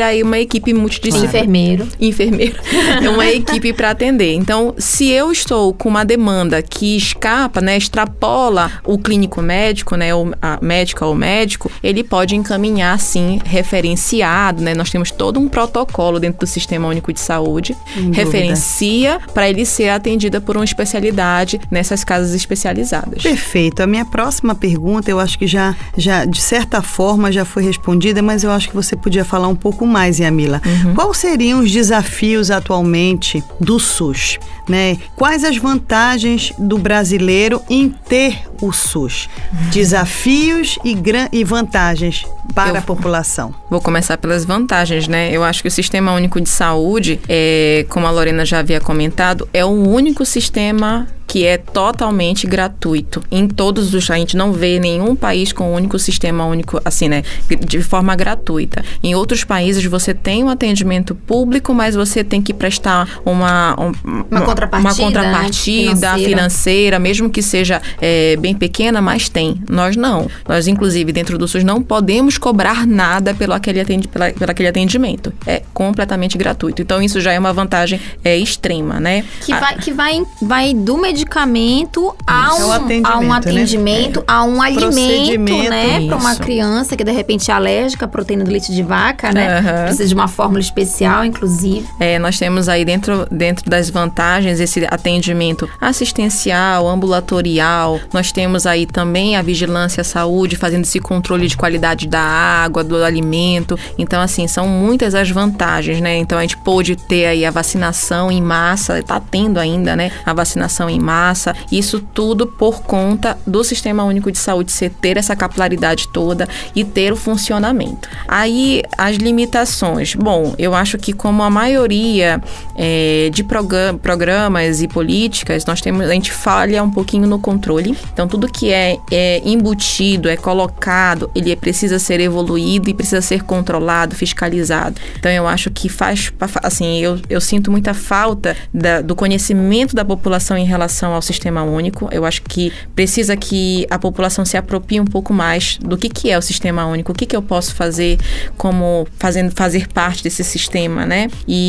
equipe multidisciplinar. Enfermeiro. Enfermeiro. É uma equipe para atender. Então, se eu estou com uma demanda que escapa, né, extrapola o clínico médico, né, ou a médica ou médico, ele pode encaminhar, sim, referenciado, né? Nós temos todo um protocolo dentro do Sistema Único de Saúde, Sem referencia para ele ser atendida por uma especialidade nessas casas especializadas. Perfeito. A minha próxima pergunta, eu acho que já, já de certa forma, já foi respondida, mas eu acho que você podia falar um pouco mais, Yamila. Uhum. Quais seriam os desafios atualmente do SUS? Né? Quais as vantagens do brasileiro em ter o SUS? Uhum. Desafios e, gran- e vantagens para eu a população. Vou começar pelas vantagens, né? Eu acho que o Sistema Único de Saúde, é, como a Lorena já havia comentado, é o único sistema que é totalmente gratuito. Em todos os... A gente não vê nenhum país com um único sistema único, assim, né? De forma gratuita. Em outros países, você tem um atendimento público, mas você tem que prestar uma... Um, uma contrapartida, uma contrapartida financeira. financeira, mesmo que seja é, bem pequena, mas tem. Nós não. Nós, inclusive, dentro do SUS, não podemos cobrar nada pelo aquele, atendi, pela, pelo aquele atendimento. É completamente gratuito. Então, isso já é uma vantagem é, extrema, né? Que, a, vai, que vai, vai do medicamento a um, é atendimento, a um atendimento, né? a um alimento, né? Para uma isso. criança que de repente é alérgica à proteína do leite de vaca, né? Uhum. Precisa de uma fórmula especial, inclusive. É, nós temos aí dentro, dentro das vantagens esse atendimento assistencial, ambulatorial. Nós temos aí também a vigilância à saúde, fazendo esse controle de qualidade da água, do alimento. Então, assim, são muitas as vantagens, né? Então, a gente pôde ter aí a vacinação em massa, tá tendo ainda, né? A vacinação em massa. Isso tudo por conta do Sistema Único de Saúde ser ter essa capilaridade toda e ter o funcionamento. Aí, as limitações. Bom, eu acho que como a maioria é, de progr- programas e políticas, nós temos, a gente falha um pouquinho no controle. Então, tudo que é, é embutido, é colocado, ele precisa ser evoluído e precisa ser controlado, fiscalizado. Então, eu acho que faz, assim, eu, eu sinto muita falta da, do conhecimento da população em relação ao Sistema Único. Eu acho que precisa que a população se aproprie um pouco mais do que, que é o Sistema Único, o que, que eu posso fazer como fazendo, fazer parte desse sistema, né?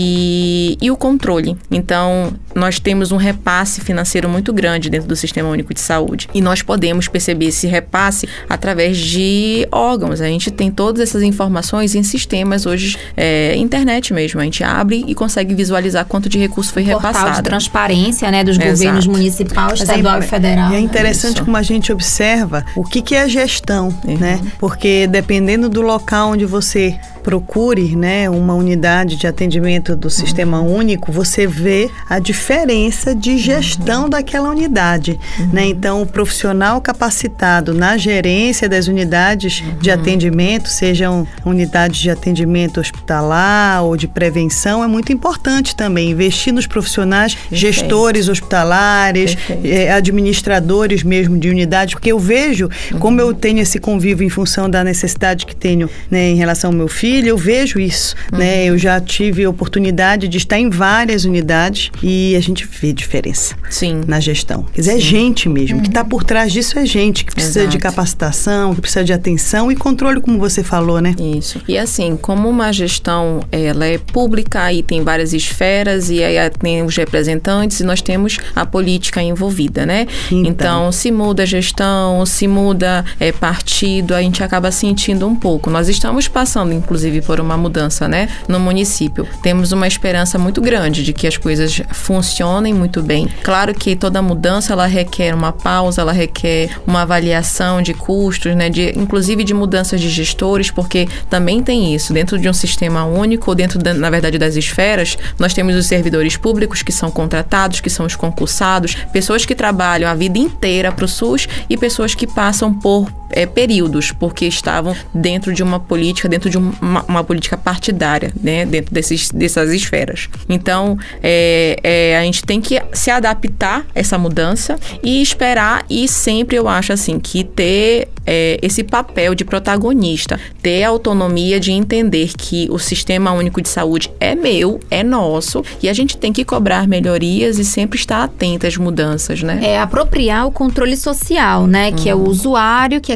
E, e o controle. Então, nós temos um repasse financeiro muito grande dentro do Sistema Único de Saúde. E nós podemos perceber esse repasse através de órgãos. A gente tem todas essas informações em sistemas hoje, é, internet mesmo. A gente abre e consegue visualizar quanto de recurso foi Portal repassado. de transparência, né, dos Exato. governos municipal, estadual é, e federal. E é interessante Isso. como a gente observa o que, que é a gestão, Uhum. né? Porque dependendo do local onde você procure, né, uma unidade de atendimento do Sistema uhum. Único, você vê a diferença de gestão uhum. daquela unidade, uhum. né? Então, o profissional capacitado na gerência das unidades uhum. de atendimento, sejam unidades de atendimento hospitalar ou de prevenção, é muito importante também investir nos profissionais, Perfeito. gestores hospitalares, eh, administradores mesmo de unidade, porque eu vejo, uhum. como eu tenho esse convívio em função da necessidade que tenho, né, em relação ao meu filho, eu vejo isso, uhum. né? Eu já tive a oportunidade de estar em várias unidades e a gente vê diferença Sim. na gestão. Quer dizer, Sim. é gente mesmo. Uhum. O que está por trás disso é gente que precisa Exato. de capacitação, que precisa de atenção e controle, como você falou, né? Isso. E assim, como uma gestão, ela é pública e tem várias esferas e aí tem os representantes e nós temos a política envolvida, né? Então, então se muda a gestão, se muda é, partido, a gente acaba sentindo um pouco. Nós estamos passando, inclusive, por uma mudança, né, no município. Temos uma esperança muito grande de que as coisas funcionem muito bem. Claro que toda mudança, ela requer uma pausa, ela requer uma avaliação de custos, né, de, inclusive de mudanças de gestores, porque também tem isso. Dentro de um sistema único, ou dentro, da, na verdade, das esferas, nós temos os servidores públicos que são contratados, que são os concursados, pessoas que trabalham a vida inteira para o SUS e pessoas que passam por é, períodos, porque estavam dentro de uma política, dentro de uma, uma política partidária, né, dentro desses, dessas esferas. Então, é, é, a gente tem que se adaptar a essa mudança e esperar, e sempre eu acho assim, que ter é, esse papel de protagonista, ter a autonomia de entender que o Sistema Único de Saúde é meu, é nosso, e a gente tem que cobrar melhorias e sempre estar atento às mudanças, né? É apropriar o controle social, né, que hum. é o usuário, que é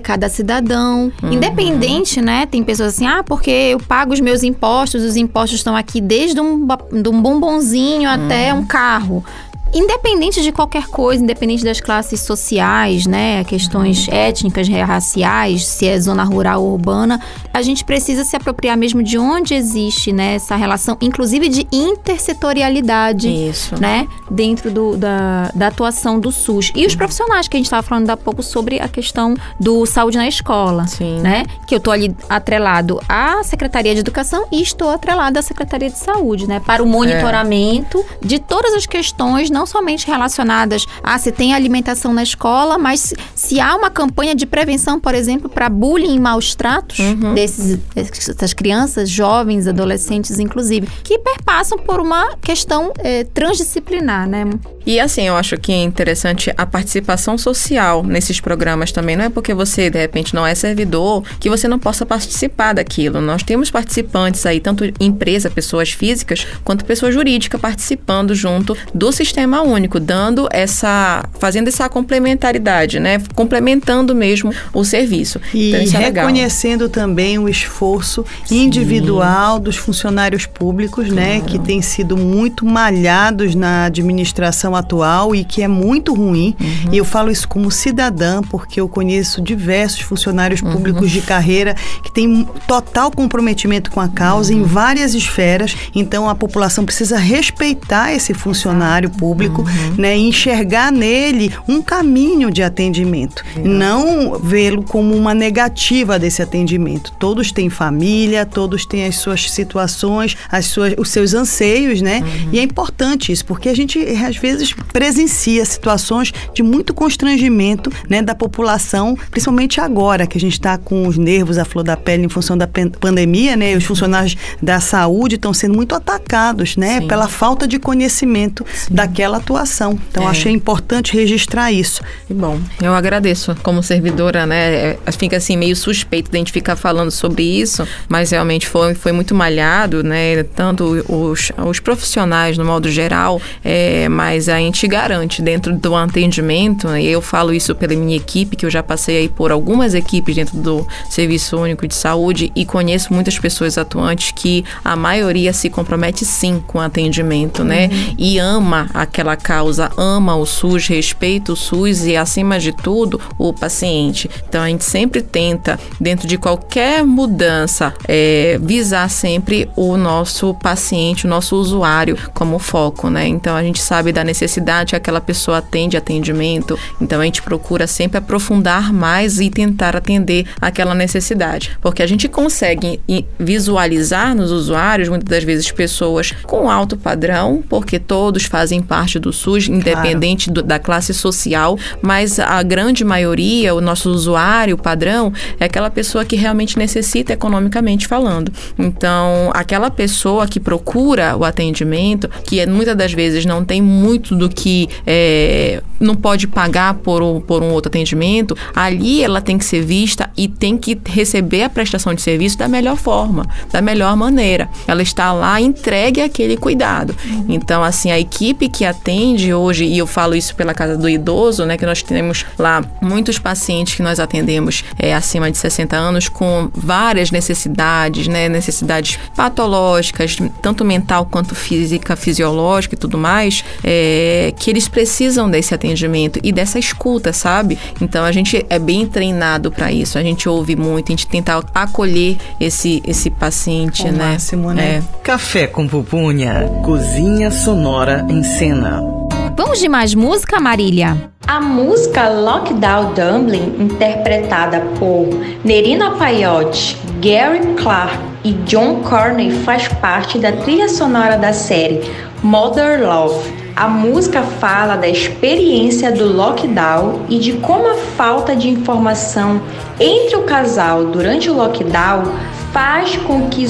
cada cidadão. Uhum. Independente, né? Tem pessoas assim, ah, porque eu pago os meus impostos, os impostos estão aqui desde um, de um bombonzinho uhum. até um carro. Independente de qualquer coisa, independente das classes sociais, né, questões uhum. étnicas, raciais, se é zona rural ou urbana, a gente precisa se apropriar mesmo de onde existe, né, essa relação, inclusive de intersetorialidade, Isso. né, dentro do, da, da atuação do SUS. E os profissionais, que a gente estava falando há pouco sobre a questão do saúde na escola, Sim. né, que eu estou ali atrelado à Secretaria de Educação e estou atrelado à Secretaria de Saúde, né, para o monitoramento é. de todas as questões, não somente relacionadas a se tem alimentação na escola, mas se há uma campanha de prevenção, por exemplo, para bullying e maus tratos uhum. desses, dessas crianças, jovens, adolescentes, inclusive, que perpassam por uma questão é, transdisciplinar, né? E assim, eu acho que é interessante a participação social nesses programas também. Não é porque você, de repente, não é servidor, que você não possa participar daquilo. Nós temos participantes aí, tanto empresa, pessoas físicas, quanto pessoa jurídica participando junto do sistema único, dando essa, fazendo essa complementaridade, né? Complementando mesmo o serviço. E então, isso é reconhecendo legal. também o esforço Sim. individual dos funcionários públicos, claro. né? Que têm sido muito malhados na administração atual e que é muito ruim. Uhum. E eu falo isso como cidadã, porque eu conheço diversos funcionários públicos uhum. de carreira que têm total comprometimento com a causa uhum. em várias esferas. Então, a população precisa respeitar esse funcionário público, uhum. né, e enxergar nele um caminho de atendimento. Uhum. Não vê-lo como uma negativa desse atendimento. Todos têm família, todos têm as suas situações, as suas, os seus anseios, né? Uhum. E é importante isso, porque a gente, às vezes, presencia situações de muito constrangimento, né, da população, principalmente agora, que a gente está com os nervos à flor da pele em função da pandemia, né? Os funcionários da saúde estão sendo muito atacados, né? Sim. Pela falta de conhecimento Sim. daquela atuação. Então, é. achei importante registrar isso. E bom, eu agradeço como servidora, né? Fica assim meio suspeito de a gente ficar falando sobre isso, mas realmente foi, foi muito malhado, né? Tanto os, os profissionais, no modo geral, é, mas a gente garante dentro do atendimento, e eu falo isso pela minha equipe, que eu já passei aí por algumas equipes dentro do Serviço Único de Saúde e conheço muitas pessoas atuantes que a maioria se compromete sim com o atendimento, uhum. né? E ama aquela causa, ama o SUS, respeita o SUS e, acima de tudo, o paciente. Então, a gente sempre tenta, dentro de qualquer mudança, é, visar sempre o nosso paciente, o nosso usuário como foco, né? Então, a gente sabe da necessidade que aquela pessoa atende atendimento, então a gente procura sempre aprofundar mais e tentar atender aquela necessidade, porque a gente consegue visualizar nos usuários, muitas das vezes, pessoas com alto padrão, porque todos fazem parte do SUS, independente claro. do, da classe social, mas a grande maioria, o nosso usuário padrão, é aquela pessoa que realmente necessita economicamente falando. Então, aquela pessoa que procura o atendimento, que muitas das vezes não tem muito do que é, não pode pagar por um, por um outro atendimento, ali ela tem que ser vista e tem que receber a prestação de serviço da melhor forma, da melhor maneira. Ela está lá entregue àquele cuidado. Uhum. Então, assim, a equipe que atende hoje, e eu falo isso pela Casa do Idoso, né, que nós temos lá muitos pacientes que nós atendemos é, acima de sessenta anos com várias necessidades, né, necessidades patológicas, tanto mental quanto física, fisiológica e tudo mais, é, que eles precisam desse atendimento e dessa escuta, sabe? Então, a gente é bem treinado para isso, a gente ouve muito, a gente tenta acolher esse, esse paciente, o né? máximo, né? É. Café com Pupunha, cozinha sonora em cena. Vamos de mais música, Marília? A música Lockdown Dublin, interpretada por Nerina Paiotti, Gary Clark e John Corney, faz parte da trilha sonora da série Mother Love. A música fala da experiência do lockdown e de como a falta de informação entre o casal durante o lockdown faz com que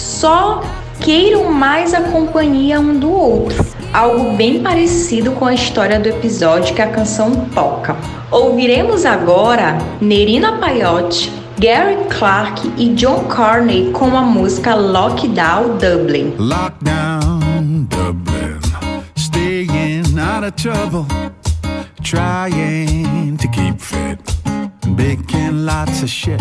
só queiram mais a companhia um do outro. Algo bem parecido com a história do episódio que a canção toca. Ouviremos agora Nerina Paiotti, Gary Clark e John Corney com a música Lockdown Dublin. Lockdown Dublin, staying out of trouble, trying to keep fit. baking lots of shit.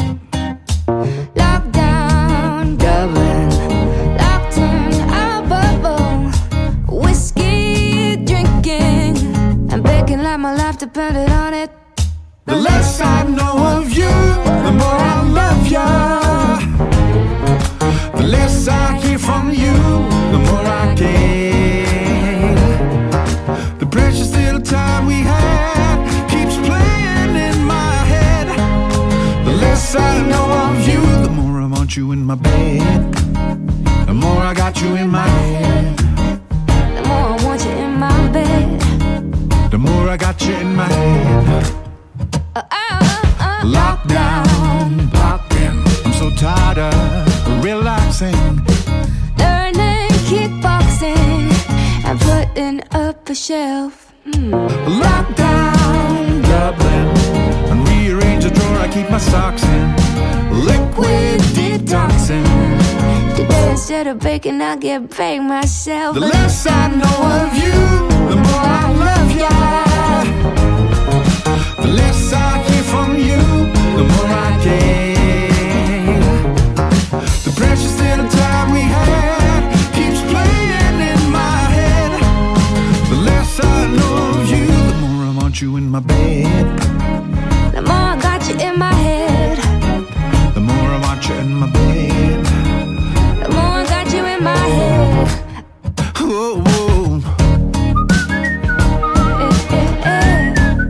Lockdown, Dublin, lockdown, our bubble, whiskey drinking, and baking like my life depended on it. The less I know of you, the more I love ya. The less I hear from you, the more I gain. The precious little time we had keeps playing in my head. The less I know of you, the more I want you in my bed. The more I got you in my head. The more I want you in my bed. The more I got you in my head. Uh, uh, uh, uh, Lockdown, lockdown. I'm so tired of relaxing. learning kickboxing and putting up a shelf. Mm. Lockdown, Dublin. And rearrange the drawer I keep my socks in. Liquid detoxing. Today instead of baking, I get baked myself. The less I know of you, the more I love ya. The less I hear from you, the more I gain. The precious little time we had keeps playing in my head. The less I know of you, the more I want you in my bed. The more I got you in my head. The more I want you in my bed. The more I got you in my head. Whoa, whoa. Eh, eh, eh.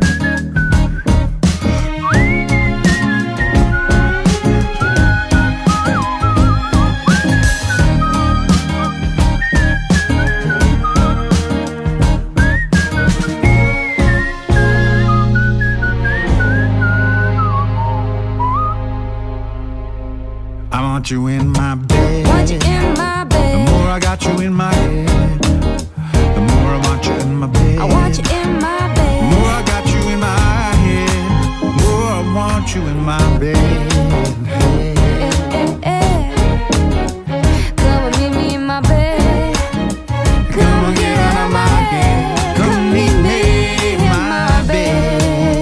I want you in my bed. Want you in my The bed. more I got you in my head, the more I want you in my bed. I want you in my The bed. more I got you in my head, the more I want you in my bed. Eh, eh, eh. Come and meet me in my bed. Come and get out of my head. Come meet me in my bed.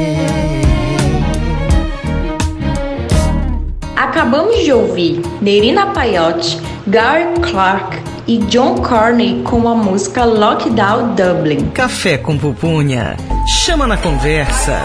Acabamos de ouvir Nerina Payotte, Gary Clark e John Corney com a música Lockdown Dublin. Café com pupunha. Chama na conversa.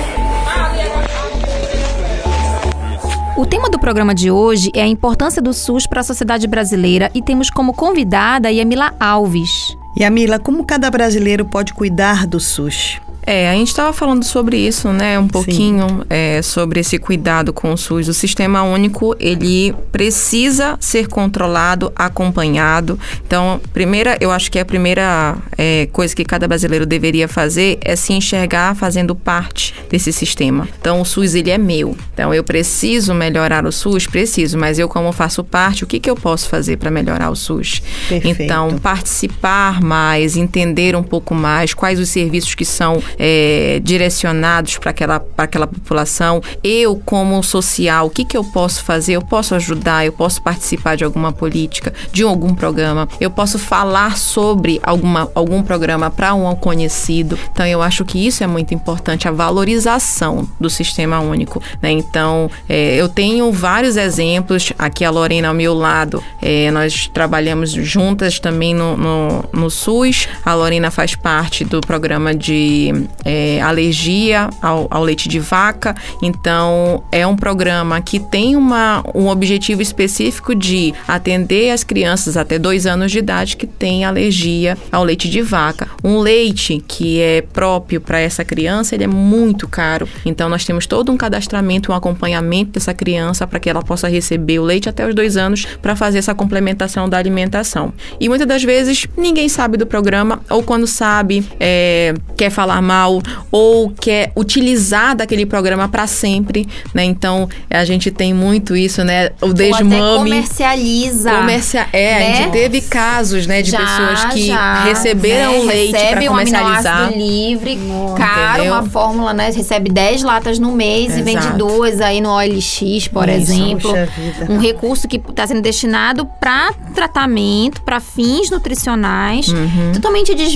O tema do programa de hoje é a importância do SUS para a sociedade brasileira e temos como convidada a Yamila Alves. Yamila, como cada brasileiro pode cuidar do SUS? É, a gente estava falando sobre isso, né, um pouquinho, é, sobre esse cuidado com o SUS. O Sistema Único, ele precisa ser controlado, acompanhado. Então, primeira, eu acho que a primeira é, coisa que cada brasileiro deveria fazer é se enxergar fazendo parte desse sistema. Então, o SUS, ele é meu. Então, eu preciso melhorar o SUS? Preciso, mas eu, como faço parte, o que, que eu posso fazer para melhorar o SUS? Perfeito. Então, participar mais, entender um pouco mais quais os serviços que são É, direcionados para aquela, para aquela população. Eu, como social, o que, que eu posso fazer? Eu posso ajudar, eu posso participar de alguma política, de algum programa, eu posso falar sobre alguma, algum programa para um conhecido. Então, eu acho que isso é muito importante, a valorização do Sistema Único, né? Então, é, eu tenho vários exemplos. Aqui a Lorena ao meu lado, é, nós trabalhamos juntas também no, no, no SUS. A Lorena faz parte do programa de É, alergia ao, ao leite de vaca. Então, é um programa que tem uma, um objetivo específico de atender as crianças até dois anos de idade que têm alergia ao leite de vaca. Um leite que é próprio para essa criança, ele é muito caro. Então, nós temos todo um cadastramento, um acompanhamento dessa criança para que ela possa receber o leite até os dois anos para fazer essa complementação da alimentação. E muitas das vezes, ninguém sabe do programa, ou quando sabe, é, quer falar mal, ou quer utilizar daquele programa para sempre, né? Então, a gente tem muito isso, né? O desmame. Ou até comercializa. Comercia... É, né? A gente teve casos, né, de já, pessoas que já, receberam o né? leite para comercializar. Recebe um aminoácido livre, caro, entendeu? Uma fórmula, né? Recebe dez latas no mês. Exato. E vende duas aí no O L X, por isso, exemplo. Um recurso que está sendo destinado para tratamento, para fins nutricionais, uhum. totalmente desviado do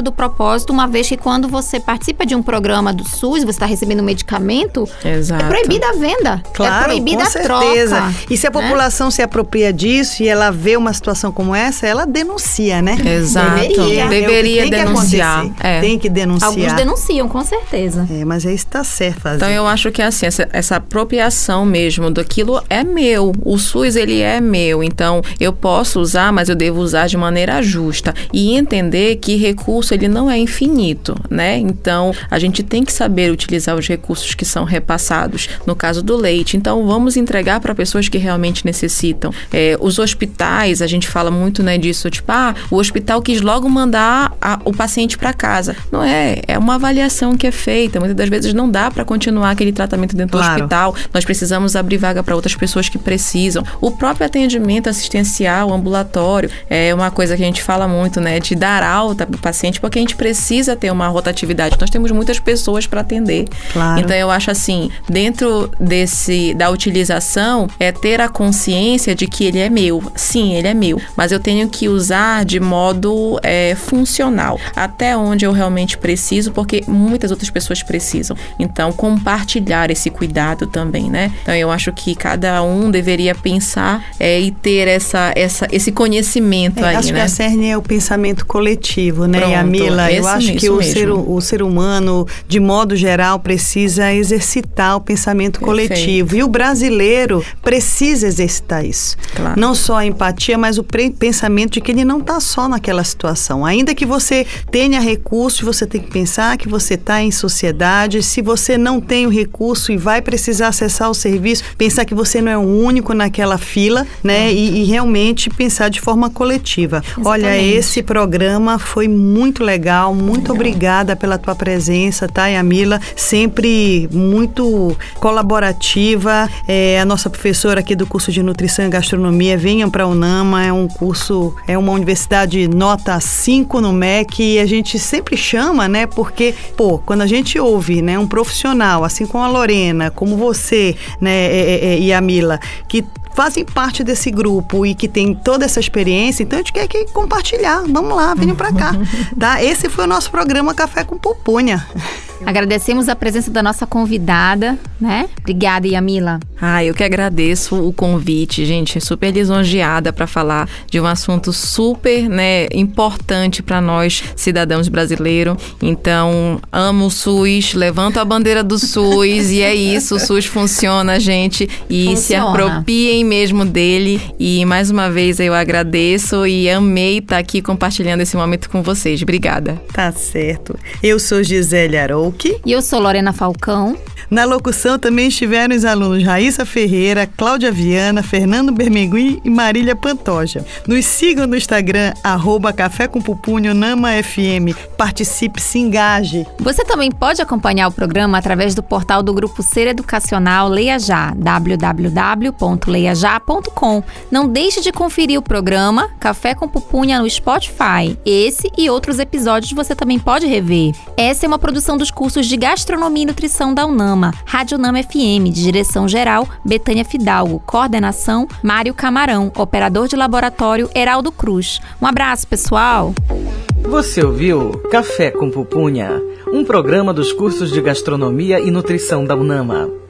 do propósito, uma vez que quando você participa de um programa do SUS, você está recebendo um medicamento, Exato. é proibida a venda, Claro, é proibida com a certeza. troca. E se a população né? se apropria disso e ela vê uma situação como essa, ela denuncia, né? Exato. Deveria. Deveria é o que tem denunciar. Que é. Tem que denunciar. Alguns denunciam, com certeza. É, mas aí está certo fazer. Então eu acho que assim, essa, essa apropriação mesmo daquilo é meu. O SUS, ele é meu. Então eu posso usar, mas eu devo usar de maneira justa. E entender que recurso, ele não é infinito, né? Então a gente tem que saber utilizar os recursos que são repassados. No caso do leite, então vamos entregar para pessoas que realmente necessitam. É, os hospitais, a gente fala muito, né, disso, tipo, ah, o hospital quis logo mandar a, o paciente para casa. Não é, é uma avaliação que é feita. Muitas das vezes não dá para continuar aquele tratamento dentro Claro. do hospital. Nós precisamos abrir vaga para outras pessoas que precisam. O próprio atendimento assistencial, ambulatório, é uma coisa que a gente fala muito, né, de dar alta para o paciente, porque a gente precisa ter uma rotatividade. Nós temos muitas pessoas para atender. Claro. Então eu acho assim, dentro desse da utilização, é ter a consciência de que ele é meu. Sim, ele é meu, mas eu tenho que usar de modo é, funcional, até onde eu realmente preciso, porque muitas outras pessoas precisam. Então, compartilhar esse cuidado também, né? Então, eu acho que cada um deveria pensar é, e ter essa, essa, esse conhecimento É, aí, acho né? que a cerne é o pensamento coletivo, né, Pronto, Yamila? Eu esse acho que mesmo, o mesmo. ser, o ser humano, de modo geral, precisa exercitar o pensamento Perfeito. coletivo. E o brasileiro precisa exercitar isso. Claro. Não só a empatia, mas o pre- pensamento de que ele não está só naquela situação. Ainda que você tenha recurso, você tem que pensar que você está em sociedade. Se você não tem o recurso e vai precisar acessar o serviço, pensar que você não é o único naquela fila, né? E, e realmente pensar de forma coletiva. Olha, Exatamente. esse programa foi muito legal. Muito obrigada pela tua presença, tá, Yamila? Sempre muito colaborativa. É, a nossa professora aqui do curso de Nutrição e Gastronomia, venham para a UNAMA, é um curso, é uma universidade nota cinco no M E C e a gente sempre chama, né, porque, pô, quando a gente ouve, né, um profissional, assim como a Lorena, como você, né, é, é, e a Mila, que fazem parte desse grupo e que tem toda essa experiência, então a gente quer que compartilhar. Vamos lá, venham para cá, tá? Esse foi o nosso programa Café com Pupunha. Agradecemos a presença da nossa convidada, né? Obrigada, Yamila. Ah, eu que agradeço o convite, gente, super lisonjeada para falar de um assunto super, né, importante para nós, cidadãos brasileiros. Então, amo o SUS, levanto a bandeira do SUS e é isso, o SUS funciona, gente, e se Funciona. apropiem mesmo dele. E mais uma vez eu agradeço e amei estar aqui compartilhando esse momento com vocês. Obrigada. Tá certo. Eu sou Gisele Arouque. E eu sou Lorena Falcão. Na locução também estiveram os alunos Raíssa Ferreira, Cláudia Viana, Fernando Bermegui e Marília Pantoja. Nos sigam no Instagram, arroba Café com Pupunha, Nama F M. Participe, se engaje. Você também pode acompanhar o programa através do portal do Grupo Ser Educacional Leia Já, w w w ponto leia já ponto com. Não deixe de conferir o programa Café com Pupunha no Spotify. Esse e outros episódios você também pode rever. Essa é uma produção dos cursos de Gastronomia e Nutrição da UNAMA. Rádio Nama F M, de direção-geral, Betânia Fidalgo, coordenação, Mário Camarão, operador de laboratório, Heraldo Cruz. Um abraço, pessoal! Você ouviu Café com Pupunha, um programa dos cursos de Gastronomia e Nutrição da UNAMA.